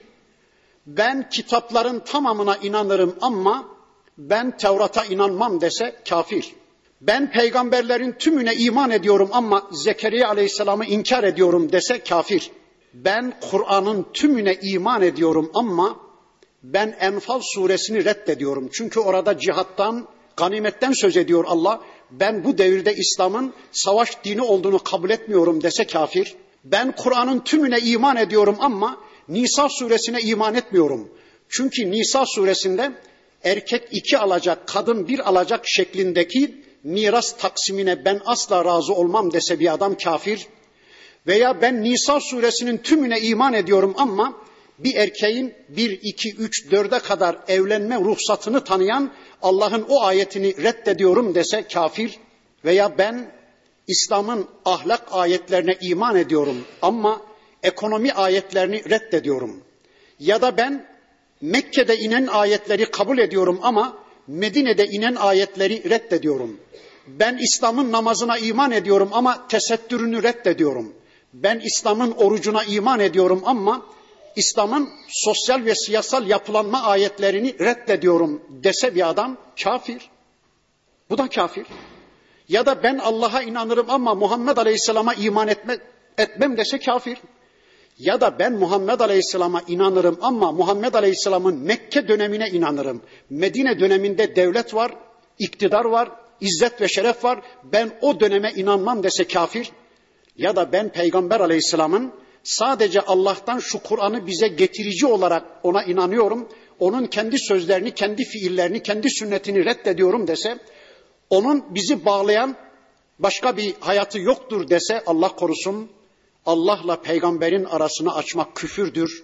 A: ben kitapların tamamına inanırım ama ben Tevrat'a inanmam dese kafir. Ben peygamberlerin tümüne iman ediyorum ama Zekeriya Aleyhisselam'ı inkar ediyorum dese kafir. Ben Kur'an'ın tümüne iman ediyorum ama ben Enfal suresini reddediyorum. Çünkü orada cihattan, ganimetten söz ediyor Allah. Ben bu devirde İslam'ın savaş dini olduğunu kabul etmiyorum dese kafir. Ben Kur'an'ın tümüne iman ediyorum ama Nisa suresine iman etmiyorum. Çünkü Nisa suresinde erkek iki alacak, kadın bir alacak şeklindeki miras taksimine ben asla razı olmam dese bir adam kafir. Veya ben Nisa suresinin tümüne iman ediyorum ama bir erkeğin bir, iki, üç, dörde kadar evlenme ruhsatını tanıyan Allah'ın o ayetini reddediyorum dese kafir. Veya ben İslam'ın ahlak ayetlerine iman ediyorum ama ekonomi ayetlerini reddediyorum. Ya da ben Mekke'de inen ayetleri kabul ediyorum ama Medine'de inen ayetleri reddediyorum. Ben İslam'ın namazına iman ediyorum ama tesettürünü reddediyorum. Ben İslam'ın orucuna iman ediyorum ama İslam'ın sosyal ve siyasal yapılanma ayetlerini reddediyorum dese bir adam kafir. Bu da kafir. Ya da ben Allah'a inanırım ama Muhammed Aleyhisselam'a iman etme, etmem dese kafir. Ya da ben Muhammed Aleyhisselam'a inanırım ama Muhammed Aleyhisselam'ın Mekke dönemine inanırım. Medine döneminde devlet var, iktidar var, izzet ve şeref var. Ben o döneme inanmam dese kafir. Ya da ben Peygamber Aleyhisselam'ın sadece Allah'tan şu Kur'an'ı bize getirici olarak ona inanıyorum. Onun kendi sözlerini, kendi fiillerini, kendi sünnetini reddediyorum dese, onun bizi bağlayan başka bir hayatı yoktur dese Allah korusun, Allah'la peygamberin arasını açmak küfürdür.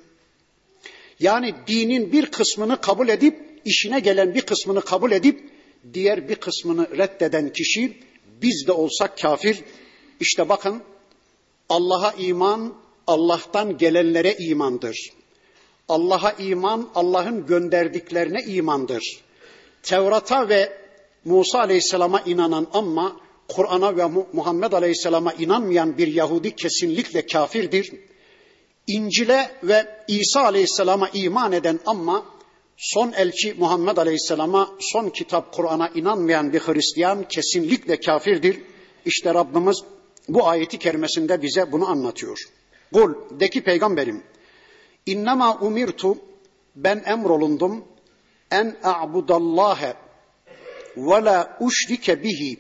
A: Yani dinin bir kısmını kabul edip, işine gelen bir kısmını kabul edip, diğer bir kısmını reddeden kişi biz de olsak kafir. İşte bakın, Allah'a iman, Allah'tan gelenlere imandır. Allah'a iman, Allah'ın gönderdiklerine imandır. Tevrat'a ve Musa Aleyhisselam'a inanan ama Kur'an'a ve Muhammed Aleyhisselam'a inanmayan bir Yahudi kesinlikle kafirdir. İncil'e ve İsa Aleyhisselam'a iman eden ama son elçi Muhammed Aleyhisselam'a, son kitap Kur'an'a inanmayan bir Hristiyan kesinlikle kafirdir. İşte Rabbimiz bu ayeti kerimesinde bize bunu anlatıyor. Kul, de ki peygamberim, innema umirtu, ben emrolundum, en a'budallâhe ve la uşrike bihi.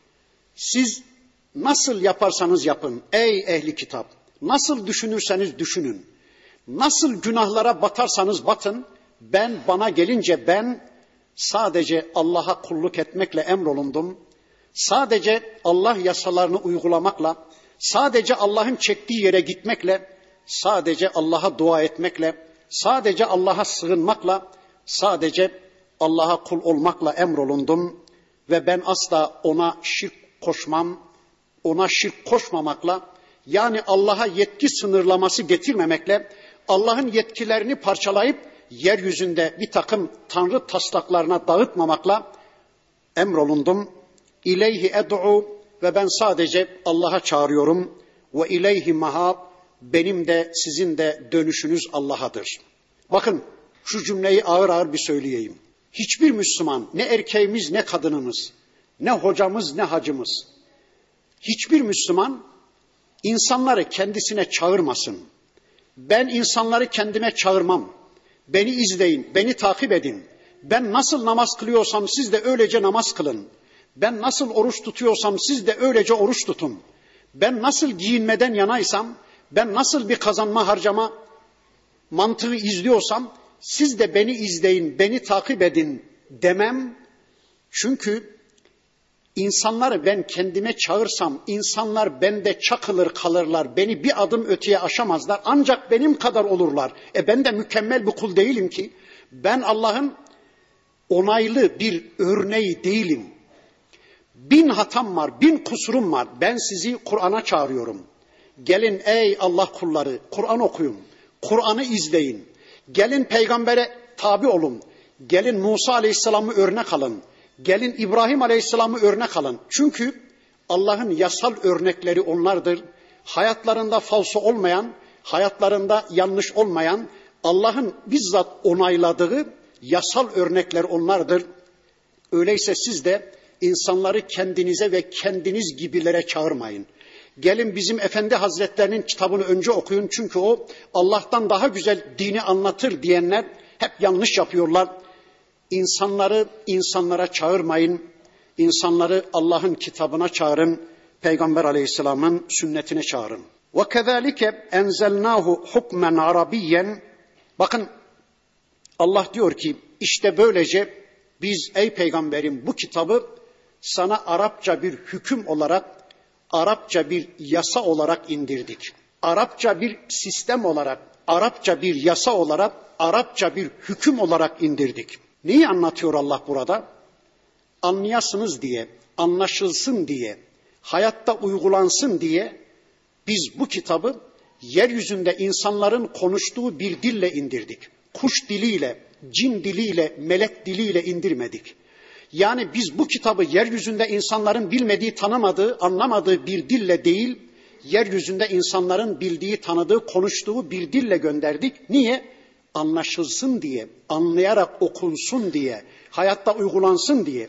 A: Siz nasıl yaparsanız yapın ey ehli kitap, nasıl düşünürseniz düşünün, nasıl günahlara batarsanız batın, ben bana gelince ben sadece Allah'a kulluk etmekle emrolundum. Sadece Allah yasalarını uygulamakla, sadece Allah'ın çektiği yere gitmekle, sadece Allah'a dua etmekle, sadece Allah'a sığınmakla, sadece Allah'a kul olmakla emrolundum ve ben asla ona şirk koşmam, ona şirk koşmamakla, yani Allah'a yetki sınırlaması getirmemekle, Allah'ın yetkilerini parçalayıp yeryüzünde bir takım tanrı taslaklarına dağıtmamakla emrolundum. İleyhi ed'u, ve ben sadece Allah'a çağırıyorum. Ve ileyhi mahab, benim de sizin de dönüşünüz Allah'adır. Bakın şu cümleyi ağır ağır bir söyleyeyim. Hiçbir Müslüman, ne erkeğimiz ne kadınımız, ne hocamız ne hacımız, hiçbir Müslüman insanları kendisine çağırmasın. Ben insanları kendime çağırmam. Beni izleyin, beni takip edin. Ben nasıl namaz kılıyorsam siz de öylece namaz kılın. Ben nasıl oruç tutuyorsam siz de öylece oruç tutun. Ben nasıl giyinmeden yanaysam, ben nasıl bir kazanma harcama mantığı izliyorsam siz de beni izleyin, beni takip edin demem. Çünkü insanları ben kendime çağırsam insanlar bende çakılır kalırlar. Beni bir adım öteye aşamazlar. Ancak benim kadar olurlar. E ben de mükemmel bir kul değilim ki. Ben Allah'ın onaylı bir örneği değilim. Bin hatam var, bin kusurum var. Ben sizi Kur'an'a çağırıyorum. Gelin ey Allah kulları, Kur'an okuyun. Kur'an'ı izleyin. Gelin peygambere tabi olun. Gelin Musa Aleyhisselam'ı örnek alın. Gelin İbrahim Aleyhisselam'ı örnek alın. Çünkü Allah'ın yasal örnekleri onlardır. Hayatlarında falso olmayan, hayatlarında yanlış olmayan, Allah'ın bizzat onayladığı yasal örnekler onlardır. Öyleyse siz de insanları kendinize ve kendiniz gibilere çağırmayın. Gelin bizim Efendi Hazretlerinin kitabını önce okuyun. Çünkü o Allah'tan daha güzel dini anlatır diyenler hep yanlış yapıyorlar. İnsanları insanlara çağırmayın. İnsanları Allah'ın kitabına çağırın. Peygamber Aleyhisselam'ın sünnetine çağırın. وَكَذَٰلِكَ اَنْزَلْنَاهُ حُكْمًا عَرَبِيًّا. Bakın Allah diyor ki işte böylece biz ey peygamberim bu kitabı sana Arapça bir hüküm olarak, Arapça bir yasa olarak indirdik. Arapça bir sistem olarak, Arapça bir yasa olarak, Arapça bir hüküm olarak indirdik. Neyi anlatıyor Allah burada? Anlayasınız diye, anlaşılsın diye, hayatta uygulansın diye biz bu kitabı yeryüzünde insanların konuştuğu bir dille indirdik. Kuş diliyle, cin diliyle, melek diliyle indirmedik. Yani biz bu kitabı yeryüzünde insanların bilmediği, tanımadığı, anlamadığı bir dille değil, yeryüzünde insanların bildiği, tanıdığı, konuştuğu bir dille gönderdik. Niye? Anlaşılsın diye, anlayarak okunsun diye, hayatta uygulansın diye.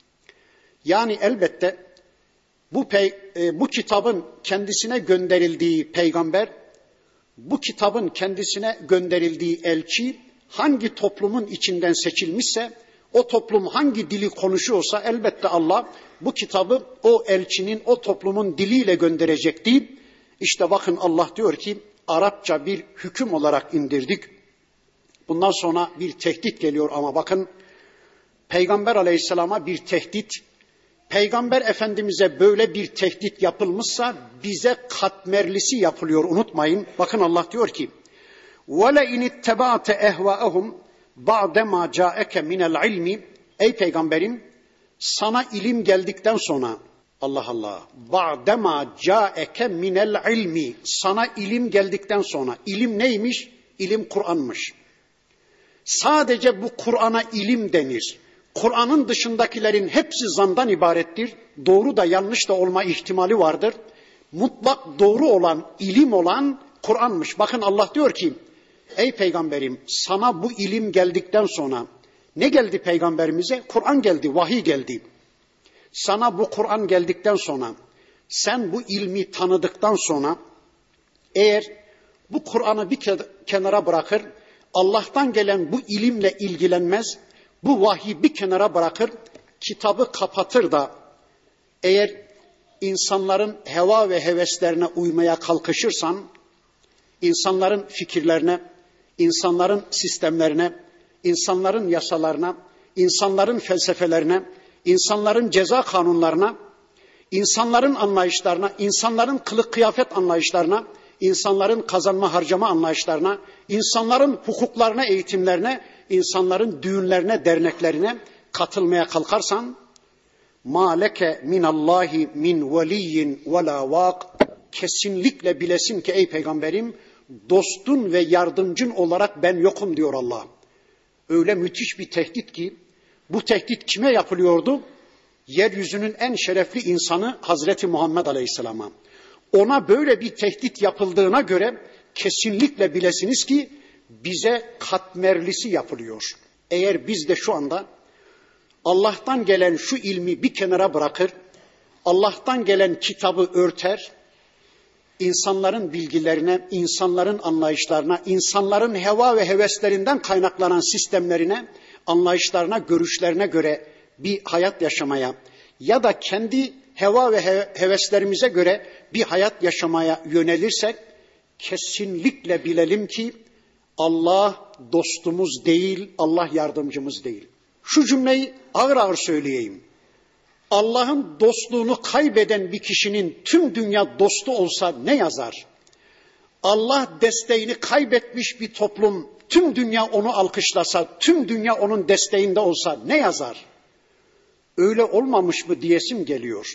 A: Yani elbette bu, pey, e, bu kitabın kendisine gönderildiği peygamber, bu kitabın kendisine gönderildiği elçi hangi toplumun içinden seçilmişse, o toplum hangi dili konuşuyorsa elbette Allah bu kitabı o elçinin, o toplumun diliyle gönderecekti. İşte bakın Allah diyor ki Arapça bir hüküm olarak indirdik. Bundan sonra bir tehdit geliyor ama bakın Peygamber Aleyhisselam'a bir tehdit, Peygamber Efendimiz'e böyle bir tehdit yapılmışsa bize katmerlisi yapılıyor, unutmayın. Bakın Allah diyor ki وَلَاِنِ اتَّبَعْتَ اَهْوَاءَهُمْ بَعْدَمَا جَاءَكَ مِنَ الْعِلْمِ. Ey peygamberim sana ilim geldikten sonra, Allah Allah, بَعْدَمَا جَاءَكَ مِنَ الْعِلْمِ, sana ilim geldikten sonra, ilim neymiş? İlim Kur'an'mış. Sadece bu Kur'an'a ilim denir. Kur'an'ın dışındakilerin hepsi zandan ibarettir. Doğru da yanlış da olma ihtimali vardır. Mutlak doğru olan, ilim olan Kur'an'mış. Bakın Allah diyor ki, ey peygamberim sana bu ilim geldikten sonra, ne geldi peygamberimize? Kur'an geldi, vahiy geldi. Sana bu Kur'an geldikten sonra, sen bu ilmi tanıdıktan sonra, eğer bu Kur'an'ı bir kenara bırakır, Allah'tan gelen bu ilimle ilgilenmez, bu vahyi bir kenara bırakır, kitabı kapatır da eğer insanların heva ve heveslerine uymaya kalkışırsan, insanların fikirlerine, insanların sistemlerine, insanların yasalarına, insanların felsefelerine, insanların ceza kanunlarına, insanların anlayışlarına, insanların kılık kıyafet anlayışlarına, insanların kazanma harcama anlayışlarına, insanların hukuklarına, eğitimlerine, insanların düğünlerine, derneklerine katılmaya kalkarsan, مَا لَكَ مِنَ اللّٰهِ مِنْ وَلِيٍّ وَلَا وَاقٍ, kesinlikle bilesin ki ey peygamberim, dostun ve yardımcın olarak ben yokum diyor Allah. Öyle müthiş bir tehdit ki, bu tehdit kime yapılıyordu? Yeryüzünün en şerefli insanı Hazreti Muhammed Aleyhisselam'a. Ona böyle bir tehdit yapıldığına göre kesinlikle bilesiniz ki bize katmerlisi yapılıyor. Eğer biz de şu anda Allah'tan gelen şu ilmi bir kenara bırakır, Allah'tan gelen kitabı örter, insanların bilgilerine, insanların anlayışlarına, insanların heva ve heveslerinden kaynaklanan sistemlerine, anlayışlarına, görüşlerine göre bir hayat yaşamaya ya da kendi heva ve heveslerimize göre bir hayat yaşamaya yönelirsek kesinlikle bilelim ki Allah dostumuz değil, Allah yardımcımız değil. Şu cümleyi ağır ağır söyleyeyim. Allah'ın dostluğunu kaybeden bir kişinin tüm dünya dostu olsa ne yazar? Allah desteğini kaybetmiş bir toplum, tüm dünya onu alkışlasa, tüm dünya onun desteğinde olsa ne yazar? Öyle olmamış mı diyesim geliyor.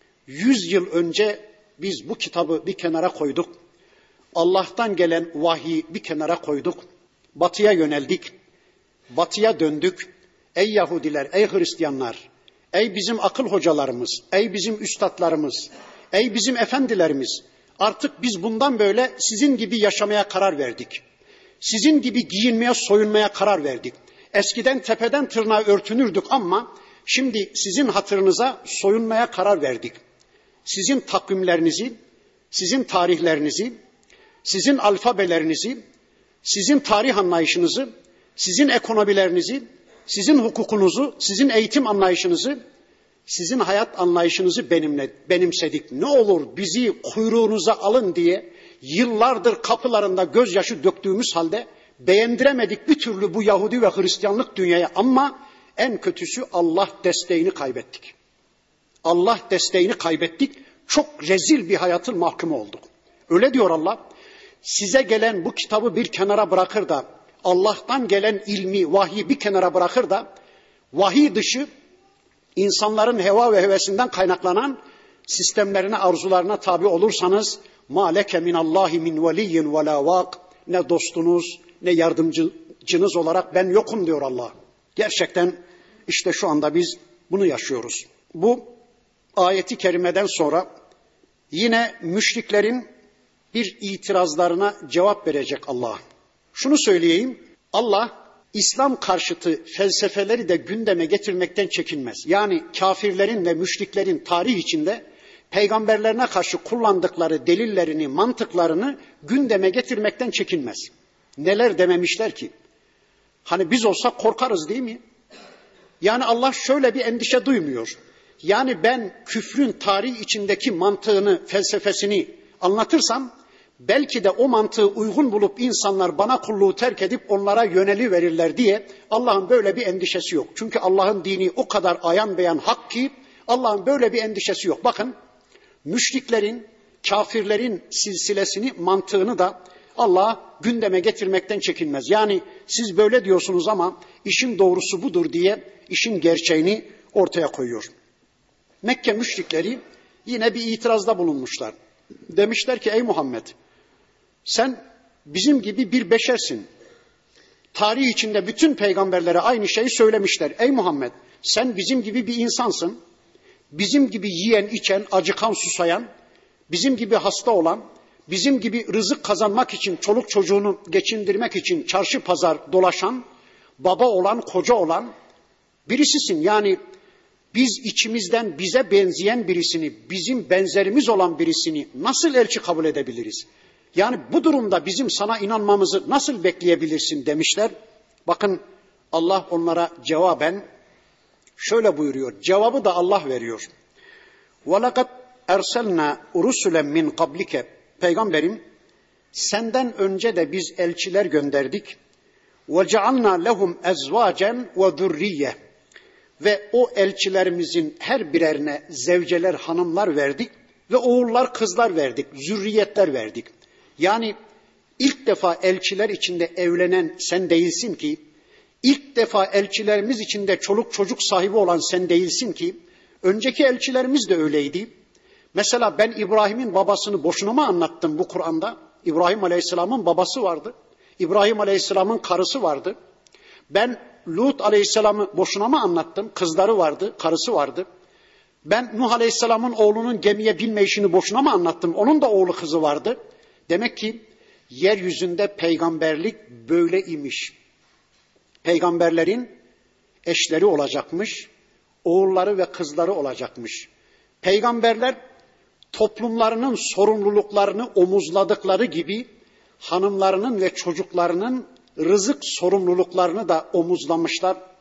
A: Yüz yıl önce biz bu kitabı bir kenara koyduk. Allah'tan gelen vahyi bir kenara koyduk. Batıya yöneldik. Batıya döndük. Ey Yahudiler, ey Hristiyanlar, ey bizim akıl hocalarımız, ey bizim üstadlarımız, ey bizim efendilerimiz, artık biz bundan böyle sizin gibi yaşamaya karar verdik. Sizin gibi giyinmeye, soyunmaya karar verdik. Eskiden tepeden tırnağa örtünürdük ama şimdi sizin hatırınıza soyunmaya karar verdik. Sizin takvimlerinizi, sizin tarihlerinizi, sizin alfabelerinizi, sizin tarih anlayışınızı, sizin ekonomilerinizi, sizin hukukunuzu, sizin eğitim anlayışınızı, sizin hayat anlayışınızı benimle, benimsedik. Ne olur bizi kuyruğunuza alın diye yıllardır kapılarında gözyaşı döktüğümüz halde beğendiremedik bir türlü bu Yahudi ve Hristiyanlık dünyaya, ama en kötüsü Allah desteğini kaybettik. Allah desteğini kaybettik. Çok rezil bir hayatın mahkumu olduk. Öyle diyor Allah. Size gelen bu kitabı bir kenara bırakır da, Allah'tan gelen ilmi, vahyi bir kenara bırakır da, vahiy dışı insanların heva ve hevesinden kaynaklanan sistemlerine, arzularına tabi olursanız مَا لَكَ مِنَ اللّٰهِ مِنْ وَلِيٍّ وَلَا وَاقٍ, ne dostunuz ne yardımcınız olarak ben yokum diyor Allah. Gerçekten işte şu anda biz bunu yaşıyoruz. Bu ayeti kerimeden sonra yine müşriklerin bir itirazlarına cevap verecek Allah. Şunu söyleyeyim, Allah İslam karşıtı felsefeleri de gündeme getirmekten çekinmez. Yani kafirlerin ve müşriklerin tarih içinde peygamberlerine karşı kullandıkları delillerini, mantıklarını gündeme getirmekten çekinmez. Neler dememişler ki? Hani biz olsak korkarız değil mi? Yani Allah şöyle bir endişe duymuyor. Yani ben küfrün tarih içindeki mantığını, felsefesini anlatırsam belki de o mantığı uygun bulup insanlar bana kulluğu terk edip onlara yöneliverirler diye Allah'ın böyle bir endişesi yok. Çünkü Allah'ın dini o kadar ayan beyan hak ki Allah'ın böyle bir endişesi yok. Bakın, müşriklerin, kafirlerin silsilesini, mantığını da Allah gündeme getirmekten çekinmez. Yani siz böyle diyorsunuz ama işin doğrusu budur diye işin gerçeğini ortaya koyuyor. Mekke müşrikleri yine bir itirazda bulunmuşlar. Demişler ki ey Muhammed, sen bizim gibi bir beşersin. Tarih içinde bütün peygamberlere aynı şeyi söylemişler. Ey Muhammed, sen bizim gibi bir insansın. Bizim gibi yiyen, içen, acıkan, susayan, bizim gibi hasta olan, bizim gibi rızık kazanmak için, çoluk çocuğunu geçindirmek için çarşı pazar dolaşan, baba olan, koca olan birisisin. Yani biz içimizden bize benzeyen birisini, bizim benzerimiz olan birisini nasıl elçi kabul edebiliriz? Yani bu durumda bizim sana inanmamızı nasıl bekleyebilirsin demişler. Bakın Allah onlara cevaben şöyle buyuruyor. Cevabı da Allah veriyor. وَلَقَدْ اَرْسَلْنَا رُسُلًا مِنْ قَبْلِكَ, Peygamberim, senden önce de biz elçiler gönderdik. وَجَعَلْنَا لَهُمْ اَزْوَاجًا وَذُرِّيَّةً, ve o elçilerimizin her birerine zevceler, hanımlar verdik ve oğullar, kızlar verdik, zürriyetler verdik. Yani ilk defa elçiler içinde evlenen sen değilsin ki, ilk defa elçilerimiz içinde çoluk çocuk sahibi olan sen değilsin ki, önceki elçilerimiz de öyleydi. Mesela ben İbrahim'in babasını boşuna mı anlattım bu Kur'an'da? İbrahim Aleyhisselam'ın babası vardı. İbrahim Aleyhisselam'ın karısı vardı. Ben Lut Aleyhisselam'ı boşuna mı anlattım? Kızları vardı, karısı vardı. Ben Nuh Aleyhisselam'ın oğlunun gemiye binme işini boşuna mı anlattım? Onun da oğlu kızı vardı. Demek ki yeryüzünde peygamberlik böyle imiş. Peygamberlerin eşleri olacakmış, oğulları ve kızları olacakmış. Peygamberler toplumlarının sorumluluklarını omuzladıkları gibi hanımlarının ve çocuklarının rızık sorumluluklarını da omuzlamışlar,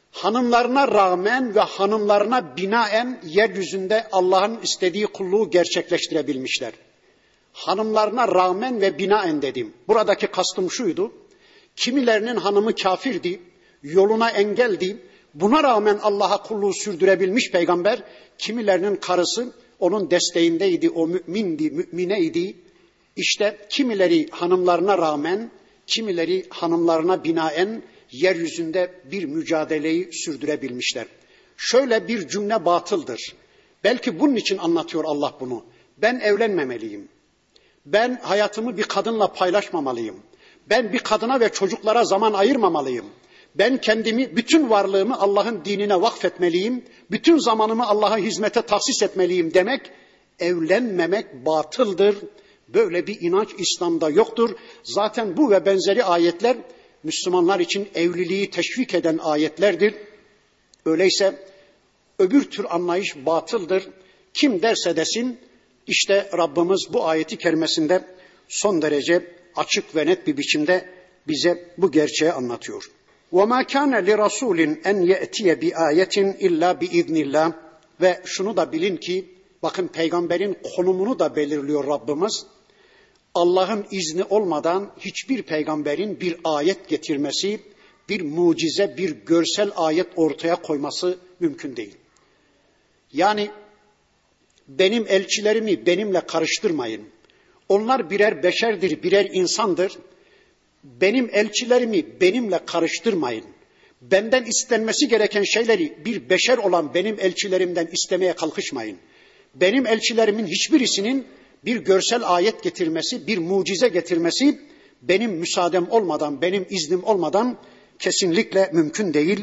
A: hanımlarına rağmen ve hanımlarına binaen yeryüzünde Allah'ın istediği kulluğu gerçekleştirebilmişler. Hanımlarına rağmen ve binaen dedim. Buradaki kastım şuydu. Kimilerinin hanımı kafirdi, yoluna engeldi. Buna rağmen Allah'a kulluğu sürdürebilmiş peygamber. Kimilerinin karısı onun desteğindeydi, o mümindi, mümineydi. İşte kimileri hanımlarına rağmen, kimileri hanımlarına binaen yeryüzünde bir mücadeleyi sürdürebilmişler. Şöyle bir cümle batıldır. Belki bunun için anlatıyor Allah bunu. Ben evlenmemeliyim. Ben hayatımı bir kadınla paylaşmamalıyım. Ben bir kadına ve çocuklara zaman ayırmamalıyım. Ben kendimi, bütün varlığımı Allah'ın dinine vakfetmeliyim. Bütün zamanımı Allah'a hizmete tahsis etmeliyim demek, evlenmemek batıldır. Böyle bir inanç İslam'da yoktur. Zaten bu ve benzeri ayetler Müslümanlar için evliliği teşvik eden ayetlerdir. Öyleyse öbür tür anlayış batıldır. Kim derse desin, işte Rabbimiz bu ayeti kerimesinde son derece açık ve net bir biçimde bize bu gerçeği anlatıyor. وَمَا كَانَ لِرَسُولٍ اَنْ يَأْتِيَ بِآيَةٍ اِلَّا بِاِذْنِ اللّٰهِ Ve şunu da bilin ki, bakın peygamberin konumunu da belirliyor Rabbimiz. Allah'ın izni olmadan hiçbir peygamberin bir ayet getirmesi, bir mucize, bir görsel ayet ortaya koyması mümkün değil. Yani benim elçilerimi benimle karıştırmayın. Onlar birer beşerdir, birer insandır. Benim elçilerimi benimle karıştırmayın. Benden istenmesi gereken şeyleri bir beşer olan benim elçilerimden istemeye kalkışmayın. Benim elçilerimin hiçbirisinin bir görsel ayet getirmesi, bir mucize getirmesi benim müsaadem olmadan, benim iznim olmadan kesinlikle mümkün değil.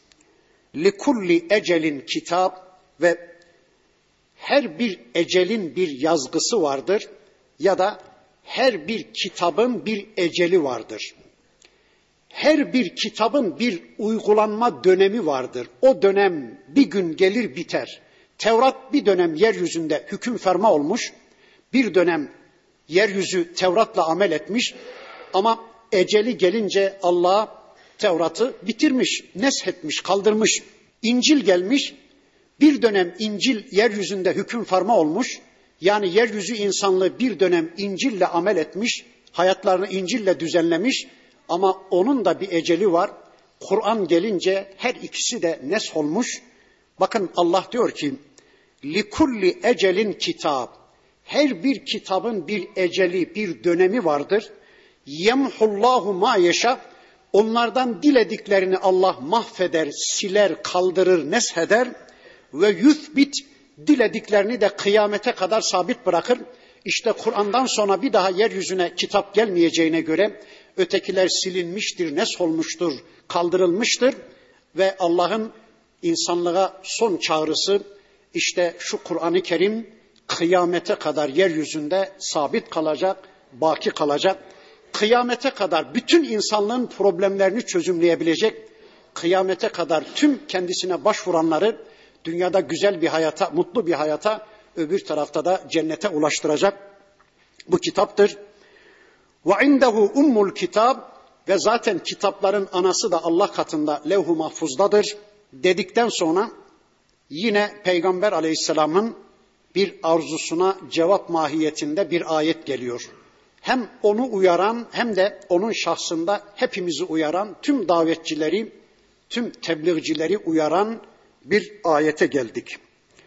A: Likulli ecelin kitap ve her bir ecelin bir yazgısı vardır ya da her bir kitabın bir eceli vardır. Her bir kitabın bir uygulanma dönemi vardır. O dönem bir gün gelir biter. Tevrat bir dönem yeryüzünde hüküm ferma olmuş, bir dönem yeryüzü Tevrat'la amel etmiş ama eceli gelince Allah Tevrat'ı bitirmiş, neshetmiş, kaldırmış. İncil gelmiş, bir dönem İncil yeryüzünde hüküm ferma olmuş, yani yeryüzü insanlığı bir dönem İncil'le amel etmiş, hayatlarını İncil'le düzenlemiş ama onun da bir eceli var. Kur'an gelince her ikisi de nesh olmuş. Bakın Allah diyor ki, likulli ecelin kitab, her bir kitabın bir eceli, bir dönemi vardır. Yemhullahu ma yeşâ, onlardan dilediklerini Allah mahveder, siler, kaldırır, nesheder ve yuthbit, dilediklerini de kıyamete kadar sabit bırakır. İşte Kur'an'dan sonra bir daha yeryüzüne kitap gelmeyeceğine göre ötekiler silinmiştir, nesh olmuştur, kaldırılmıştır ve Allah'ın insanlığa son çağrısı işte şu Kur'an-ı Kerim kıyamete kadar yeryüzünde sabit kalacak, baki kalacak. Kıyamete kadar bütün insanlığın problemlerini çözümleyebilecek, kıyamete kadar tüm kendisine başvuranları dünyada güzel bir hayata, mutlu bir hayata, öbür tarafta da cennete ulaştıracak bu kitaptır. Ve indehu ummul kitab, ve zaten kitapların anası da Allah katında levh-u mahfuzdadır dedikten sonra yine Peygamber Aleyhisselam'ın bir arzusuna cevap mahiyetinde bir ayet geliyor. Hem onu uyaran hem de onun şahsında hepimizi uyaran, tüm davetçileri, tüm tebliğcileri uyaran bir ayete geldik.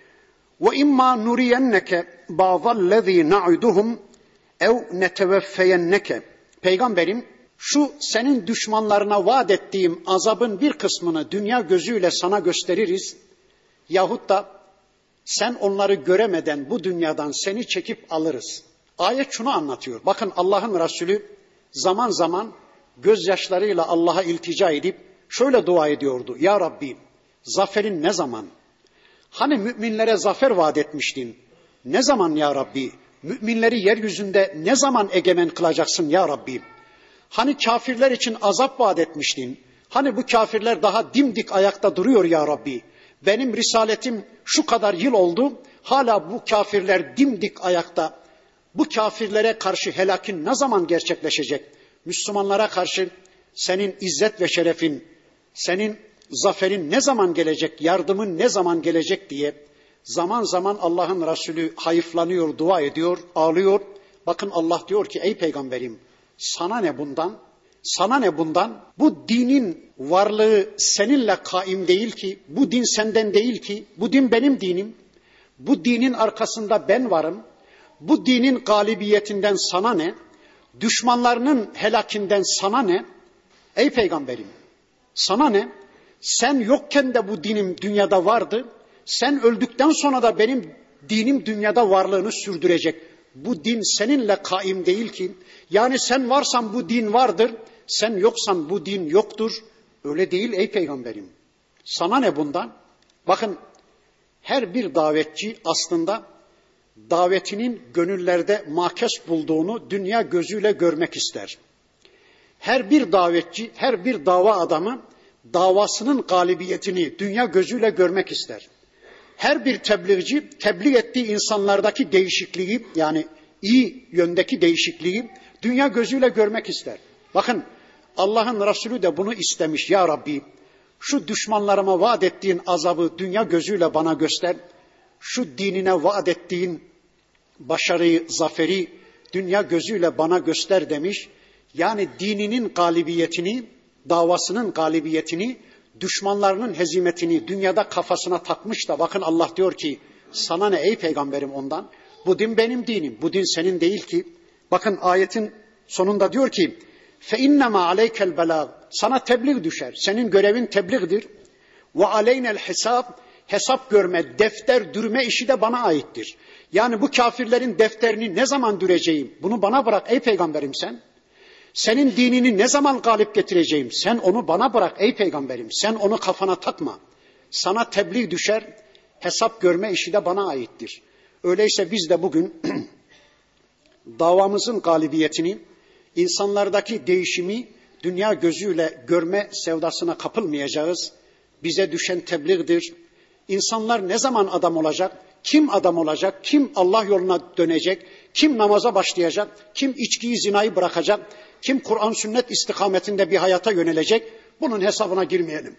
A: Ve imma nuriyenneke ba'dallezî na'uduhum ev neteveffeyenneke. Peygamberim, şu senin düşmanlarına vaat ettiğim azabın bir kısmını dünya gözüyle sana gösteririz yahut da sen onları göremeden bu dünyadan seni çekip alırız. Ayet şunu anlatıyor. Bakın Allah'ın Resulü zaman zaman gözyaşlarıyla Allah'a iltica edip şöyle dua ediyordu. Ya Rabbi, zaferin ne zaman? Hani müminlere zafer vaat etmiştin? Ne zaman ya Rabbi? Müminleri yeryüzünde ne zaman egemen kılacaksın ya Rabbi? Hani kafirler için azap vaat etmiştin? Hani bu kafirler daha dimdik ayakta duruyor ya Rabbi? Benim risaletim şu kadar yıl oldu, hala bu kafirler dimdik ayakta. Bu kafirlere karşı helakin ne zaman gerçekleşecek? Müslümanlara karşı senin izzet ve şerefin, senin zaferin ne zaman gelecek, yardımın ne zaman gelecek diye zaman zaman Allah'ın Resulü hayıflanıyor, dua ediyor, ağlıyor. Bakın Allah diyor ki ey peygamberim sana ne bundan? Sana ne bundan? Bu dinin varlığı seninle kaim değil ki, bu din senden değil ki, bu din benim dinim. Bu dinin arkasında ben varım. Bu dinin galibiyetinden sana ne? Düşmanlarının helakinden sana ne? Ey peygamberim, sana ne? Sen yokken de bu dinim dünyada vardı. Sen öldükten sonra da benim dinim dünyada varlığını sürdürecek. Bu din seninle kaim değil ki. Yani sen varsan bu din vardır. Sen yoksan bu din yoktur. Öyle değil ey peygamberim. Sana ne bundan? Bakın her bir davetçi aslında davetinin gönüllerde makes bulduğunu dünya gözüyle görmek ister. Her bir davetçi, her bir dava adamı davasının galibiyetini dünya gözüyle görmek ister. Her bir tebliğci tebliğ ettiği insanlardaki değişikliği yani iyi yöndeki değişikliği dünya gözüyle görmek ister. Bakın Allah'ın Resulü de bunu istemiş. Ya Rabbi şu düşmanlarıma vaat ettiğin azabı dünya gözüyle bana göster. Şu dinine vaat ettiğin başarıyı, zaferi dünya gözüyle bana göster demiş. Yani dininin galibiyetini, davasının galibiyetini, düşmanlarının hezimetini dünyada kafasına takmış da bakın Allah diyor ki sana ne ey peygamberim ondan? Bu din benim dinim, bu din senin değil ki. Bakın ayetin sonunda diyor ki فَاِنَّمَا عَلَيْكَ الْبَلَاغِ sana tebliğ düşer, senin görevin tebliğdir. وَعَلَيْنَا الْحِسَابِ hesap görme, defter dürme işi de bana aittir. Yani bu kafirlerin defterini ne zaman düreceğim? Bunu bana bırak ey peygamberim sen. Senin dinini ne zaman galip getireceğim? Sen onu bana bırak ey peygamberim. Sen onu kafana takma. Sana tebliğ düşer, hesap görme işi de bana aittir. Öyleyse biz de bugün davamızın galibiyetini, insanlardaki değişimi dünya gözüyle görme sevdasına kapılmayacağız. Bize düşen tebliğdir. İnsanlar ne zaman adam olacak? Kim adam olacak? Kim Allah yoluna dönecek? Kim namaza başlayacak? Kim içkiyi, zinayı bırakacak? Kim Kur'an sünnet istikametinde bir hayata yönelecek? Bunun hesabına girmeyelim.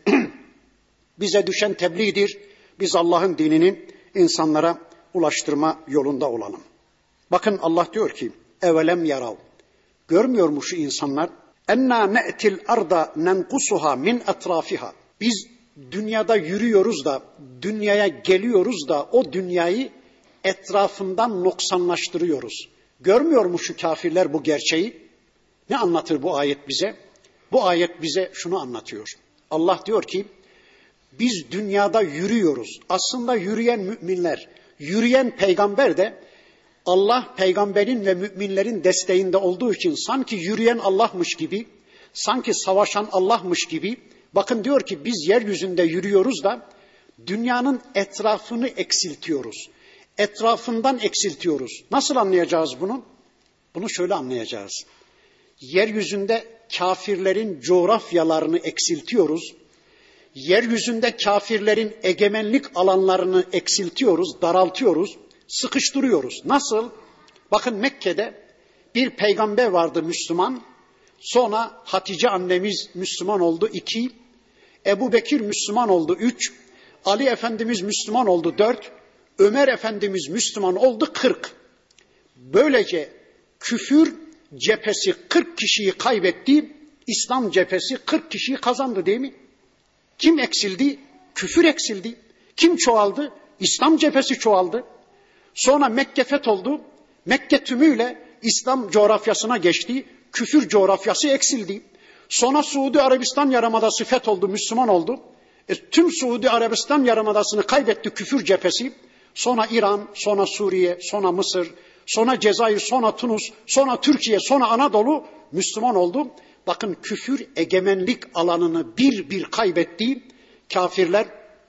A: Bize düşen tebliğdir. Biz Allah'ın dinini insanlara ulaştırma yolunda olalım. Bakın Allah diyor ki evelem yarav. Görmüyor mu şu insanlar? Enna ne'til arda nenkusuha min etrafiha. Biz dünyada yürüyoruz da, dünyaya geliyoruz da o dünyayı etrafından noksanlaştırıyoruz. Görmüyor mu şu kafirler bu gerçeği? Ne anlatır bu ayet bize? Bu ayet bize şunu anlatıyor. Allah diyor ki biz dünyada yürüyoruz. Aslında yürüyen müminler, yürüyen peygamber de Allah peygamberin ve müminlerin desteğinde olduğu için sanki yürüyen Allah'mış gibi, sanki savaşan Allah'mış gibi. Bakın diyor ki biz yeryüzünde yürüyoruz da dünyanın etrafını eksiltiyoruz. Etrafından eksiltiyoruz. Nasıl anlayacağız bunu? Bunu şöyle anlayacağız. Yeryüzünde kafirlerin coğrafyalarını eksiltiyoruz. Yeryüzünde kafirlerin egemenlik alanlarını eksiltiyoruz, daraltıyoruz, sıkıştırıyoruz. Nasıl? Bakın Mekke'de bir peygamber vardı Müslüman. Sonra Hatice annemiz Müslüman oldu iki. Ebu Bekir Müslüman oldu üç. Ali Efendimiz Müslüman oldu dört. Ömer Efendimiz Müslüman oldu kırk. Böylece küfür cephesi kırk kişiyi kaybetti. İslam cephesi kırk kişiyi kazandı değil mi? Kim eksildi? Küfür eksildi. Kim çoğaldı? İslam cephesi çoğaldı. Sonra Mekke fetholdu. Mekke tümüyle İslam coğrafyasına geçti. Küfür coğrafyası eksildi. Sonra Suudi Arabistan Yarımadası fetholdu, Müslüman oldu. E, tüm Suudi Arabistan Yarımadası'nı kaybetti küfür cephesi. Sonra İran, sonra Suriye, sonra Mısır, sonra Cezayir, sonra Tunus, sonra Türkiye, sonra Anadolu Müslüman oldu. Bakın küfür egemenlik alanını bir bir kaybetti. Kafirler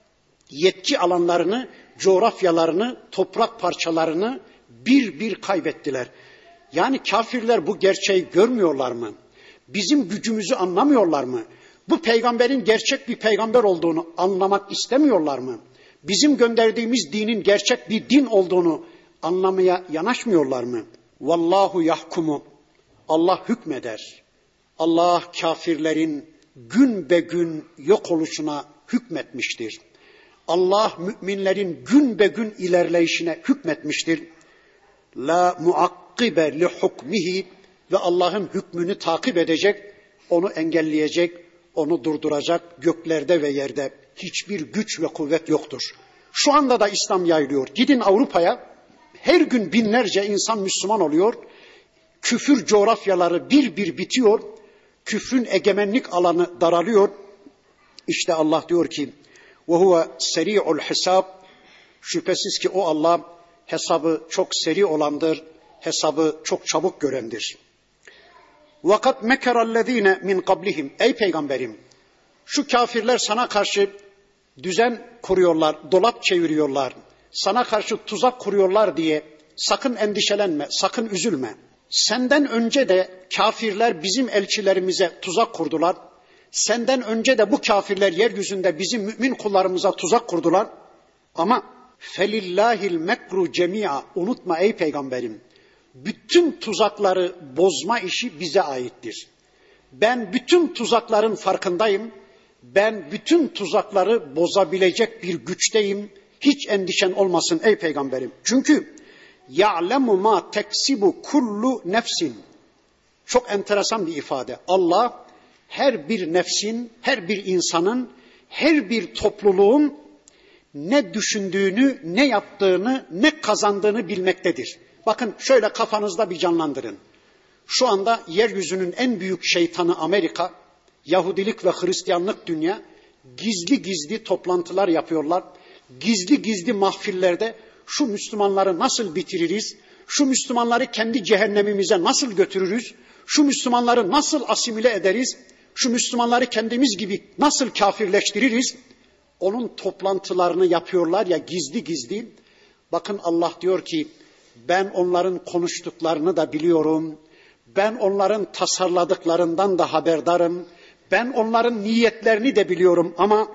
A: yetki alanlarını, coğrafyalarını, toprak parçalarını bir bir kaybettiler. Yani kafirler bu gerçeği görmüyorlar mı? Bizim gücümüzü anlamıyorlar mı? Bu peygamberin gerçek bir peygamber olduğunu anlamak istemiyorlar mı? Bizim gönderdiğimiz dinin gerçek bir din olduğunu anlamaya yanaşmıyorlar mı? Vallahu yahkumu. Allah hükmeder. Allah kafirlerin gün be gün yok oluşuna hükmetmiştir. Allah müminlerin gün be gün ilerleyişine hükmetmiştir. La muakkibe li hukmihi ve Allah'ın hükmünü takip edecek, onu engelleyecek, onu durduracak göklerde ve yerde hiçbir güç ve kuvvet yoktur. Şu anda da İslam yayılıyor. Gidin Avrupa'ya, her gün binlerce insan Müslüman oluyor. Küfür coğrafyaları bir bir bitiyor. Küfrün egemenlik alanı daralıyor. İşte Allah diyor ki وَهُوَ سَرِيعُ الْحِسَابِ Şüphesiz ki o Allah hesabı çok seri olandır, hesabı çok çabuk görendir. وَقَدْ مَكَرَ الَّذ۪ينَ مِنْ قَبْلِهِمْ Ey Peygamberim, şu kafirler sana karşı düzen kuruyorlar, dolap çeviriyorlar, sana karşı tuzak kuruyorlar diye sakın endişelenme, sakın üzülme. Senden önce de kafirler bizim elçilerimize tuzak kurdular. Senden önce de bu kafirler yeryüzünde bizim mümin kullarımıza tuzak kurdular. Ama felillahil mekru cemia, unutma ey Peygamberim, bütün tuzakları bozma işi bize aittir. Ben bütün tuzakların farkındayım. Ben bütün tuzakları bozabilecek bir güçteyim. Hiç endişen olmasın ey Peygamberim. Çünkü ya'lemu ma teksibu kullu nefsin. Çok enteresan bir ifade. Allah her bir nefsin, her bir insanın, her bir topluluğun ne düşündüğünü, ne yaptığını, ne kazandığını bilmektedir. Bakın şöyle kafanızda bir canlandırın. Şu anda yeryüzünün en büyük şeytanı Amerika, Yahudilik ve Hristiyanlık dünya gizli gizli toplantılar yapıyorlar. Gizli gizli mahfillerde şu Müslümanları nasıl bitiririz, şu Müslümanları kendi cehennemimize nasıl götürürüz, şu Müslümanları nasıl asimile ederiz, şu Müslümanları kendimiz gibi nasıl kafirleştiririz, onun toplantılarını yapıyorlar ya gizli gizli. Bakın Allah diyor ki ben onların konuştuklarını da biliyorum, ben onların tasarladıklarından da haberdarım, ben onların niyetlerini de biliyorum ama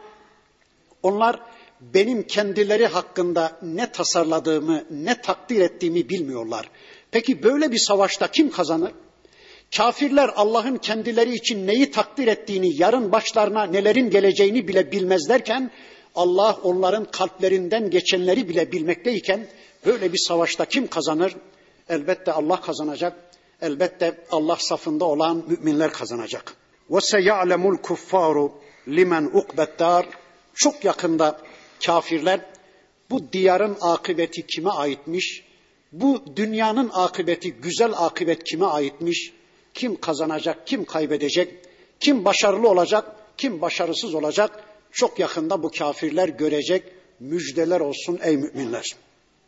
A: onlar benim kendileri hakkında ne tasarladığımı, ne takdir ettiğimi bilmiyorlar. Peki böyle bir savaşta kim kazanır? Kafirler Allah'ın kendileri için neyi takdir ettiğini, yarın başlarına nelerin geleceğini bile bilmezlerken, Allah onların kalplerinden geçenleri bile bilmekteyken, böyle bir savaşta kim kazanır? Elbette Allah kazanacak. Elbette Allah safında olan müminler kazanacak. وَسَيَعْلَمُ الْكُفَّارُ لِمَنْ اُقْبَ الدَّارِ Çok yakında kafirler bu diyarın akıbeti kime aitmiş? Bu dünyanın akıbeti, güzel akıbet kime aitmiş? Kim kazanacak, kim kaybedecek? Kim başarılı olacak, kim başarısız olacak? Çok yakında bu kafirler görecek. Müjdeler olsun ey müminler.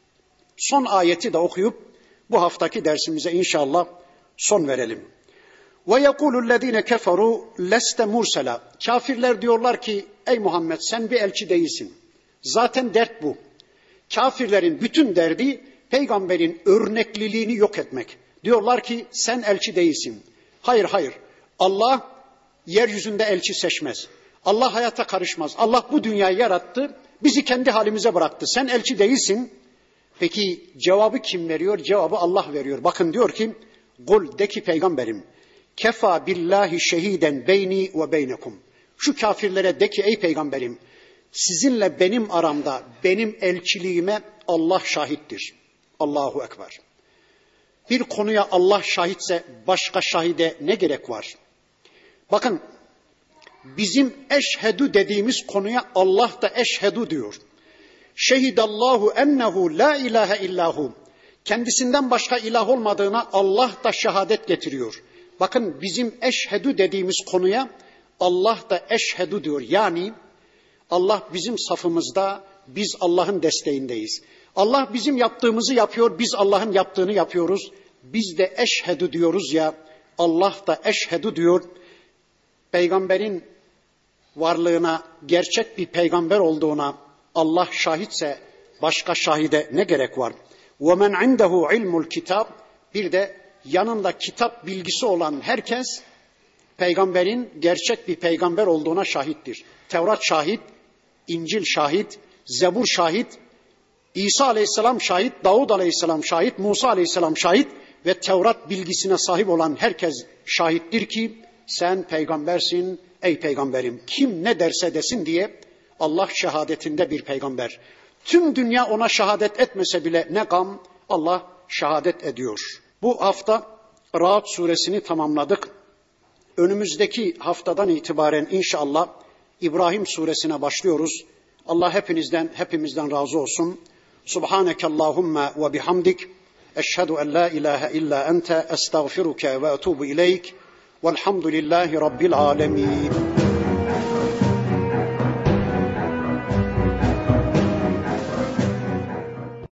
A: Son ayeti de okuyup bu haftaki dersimize inşallah son verelim. وَيَقُولُ الَّذ۪ينَ كَفَرُوا لَسْتَ مُرْسَلًا Kafirler diyorlar ki ey Muhammed sen bir elçi değilsin. Zaten dert bu. Kafirlerin bütün derdi peygamberin örnekliliğini yok etmek. Diyorlar ki sen elçi değilsin. Hayır hayır. Allah yeryüzünde elçi seçmez. Allah hayata karışmaz. Allah bu dünyayı yarattı. Bizi kendi halimize bıraktı. Sen elçi değilsin. Peki cevabı kim veriyor? Cevabı Allah veriyor. Bakın diyor ki Kul de ki peygamberim kefa billahi şehiden beyni ve beynekum. Şu kafirlere de ki ey peygamberim sizinle benim aramda benim elçiliğime Allah şahittir. Allahu Ekber. Bir konuya Allah şahitse başka şahide ne gerek var? Bakın bizim eşhedü dediğimiz konuya Allah da eşhedü diyor. Şehidallahu ennehu la ilahe illahu. Kendisinden başka ilah olmadığına Allah da şehadet getiriyor. Bakın bizim eşhedü dediğimiz konuya Allah da eşhedü diyor. Yani Allah bizim safımızda, biz Allah'ın desteğindeyiz. Allah bizim yaptığımızı yapıyor, biz Allah'ın yaptığını yapıyoruz. Biz de eşhedü diyoruz ya, Allah da eşhedü diyor. Peygamberin varlığına, gerçek bir peygamber olduğuna Allah şahitse başka şahide ne gerek var? وَمَنْ عِنْدَهُ عِلْمُ الْكِتَابِ Bir de yanında kitap bilgisi olan herkes peygamberin gerçek bir peygamber olduğuna şahittir. Tevrat şahit, İncil şahit, Zebur şahit, İsa aleyhisselam şahit, Davud aleyhisselam şahit, Musa aleyhisselam şahit ve Tevrat bilgisine sahip olan herkes şahittir ki sen peygambersin, ey peygamberim kim ne derse desin diye Allah şehadetinde bir peygamber. Tüm dünya ona şehadet etmese bile ne gam, Allah şehadet ediyor. Bu hafta Ra'd suresini tamamladık. Önümüzdeki haftadan itibaren inşallah İbrahim suresine başlıyoruz. Allah hepinizden, hepimizden razı olsun. Subhanekallahumma ve bihamdik. Eşhedü en la ilahe illa ente estağfiruke ve etubu ileyk. Velhamdülillahi Rabbil alemin.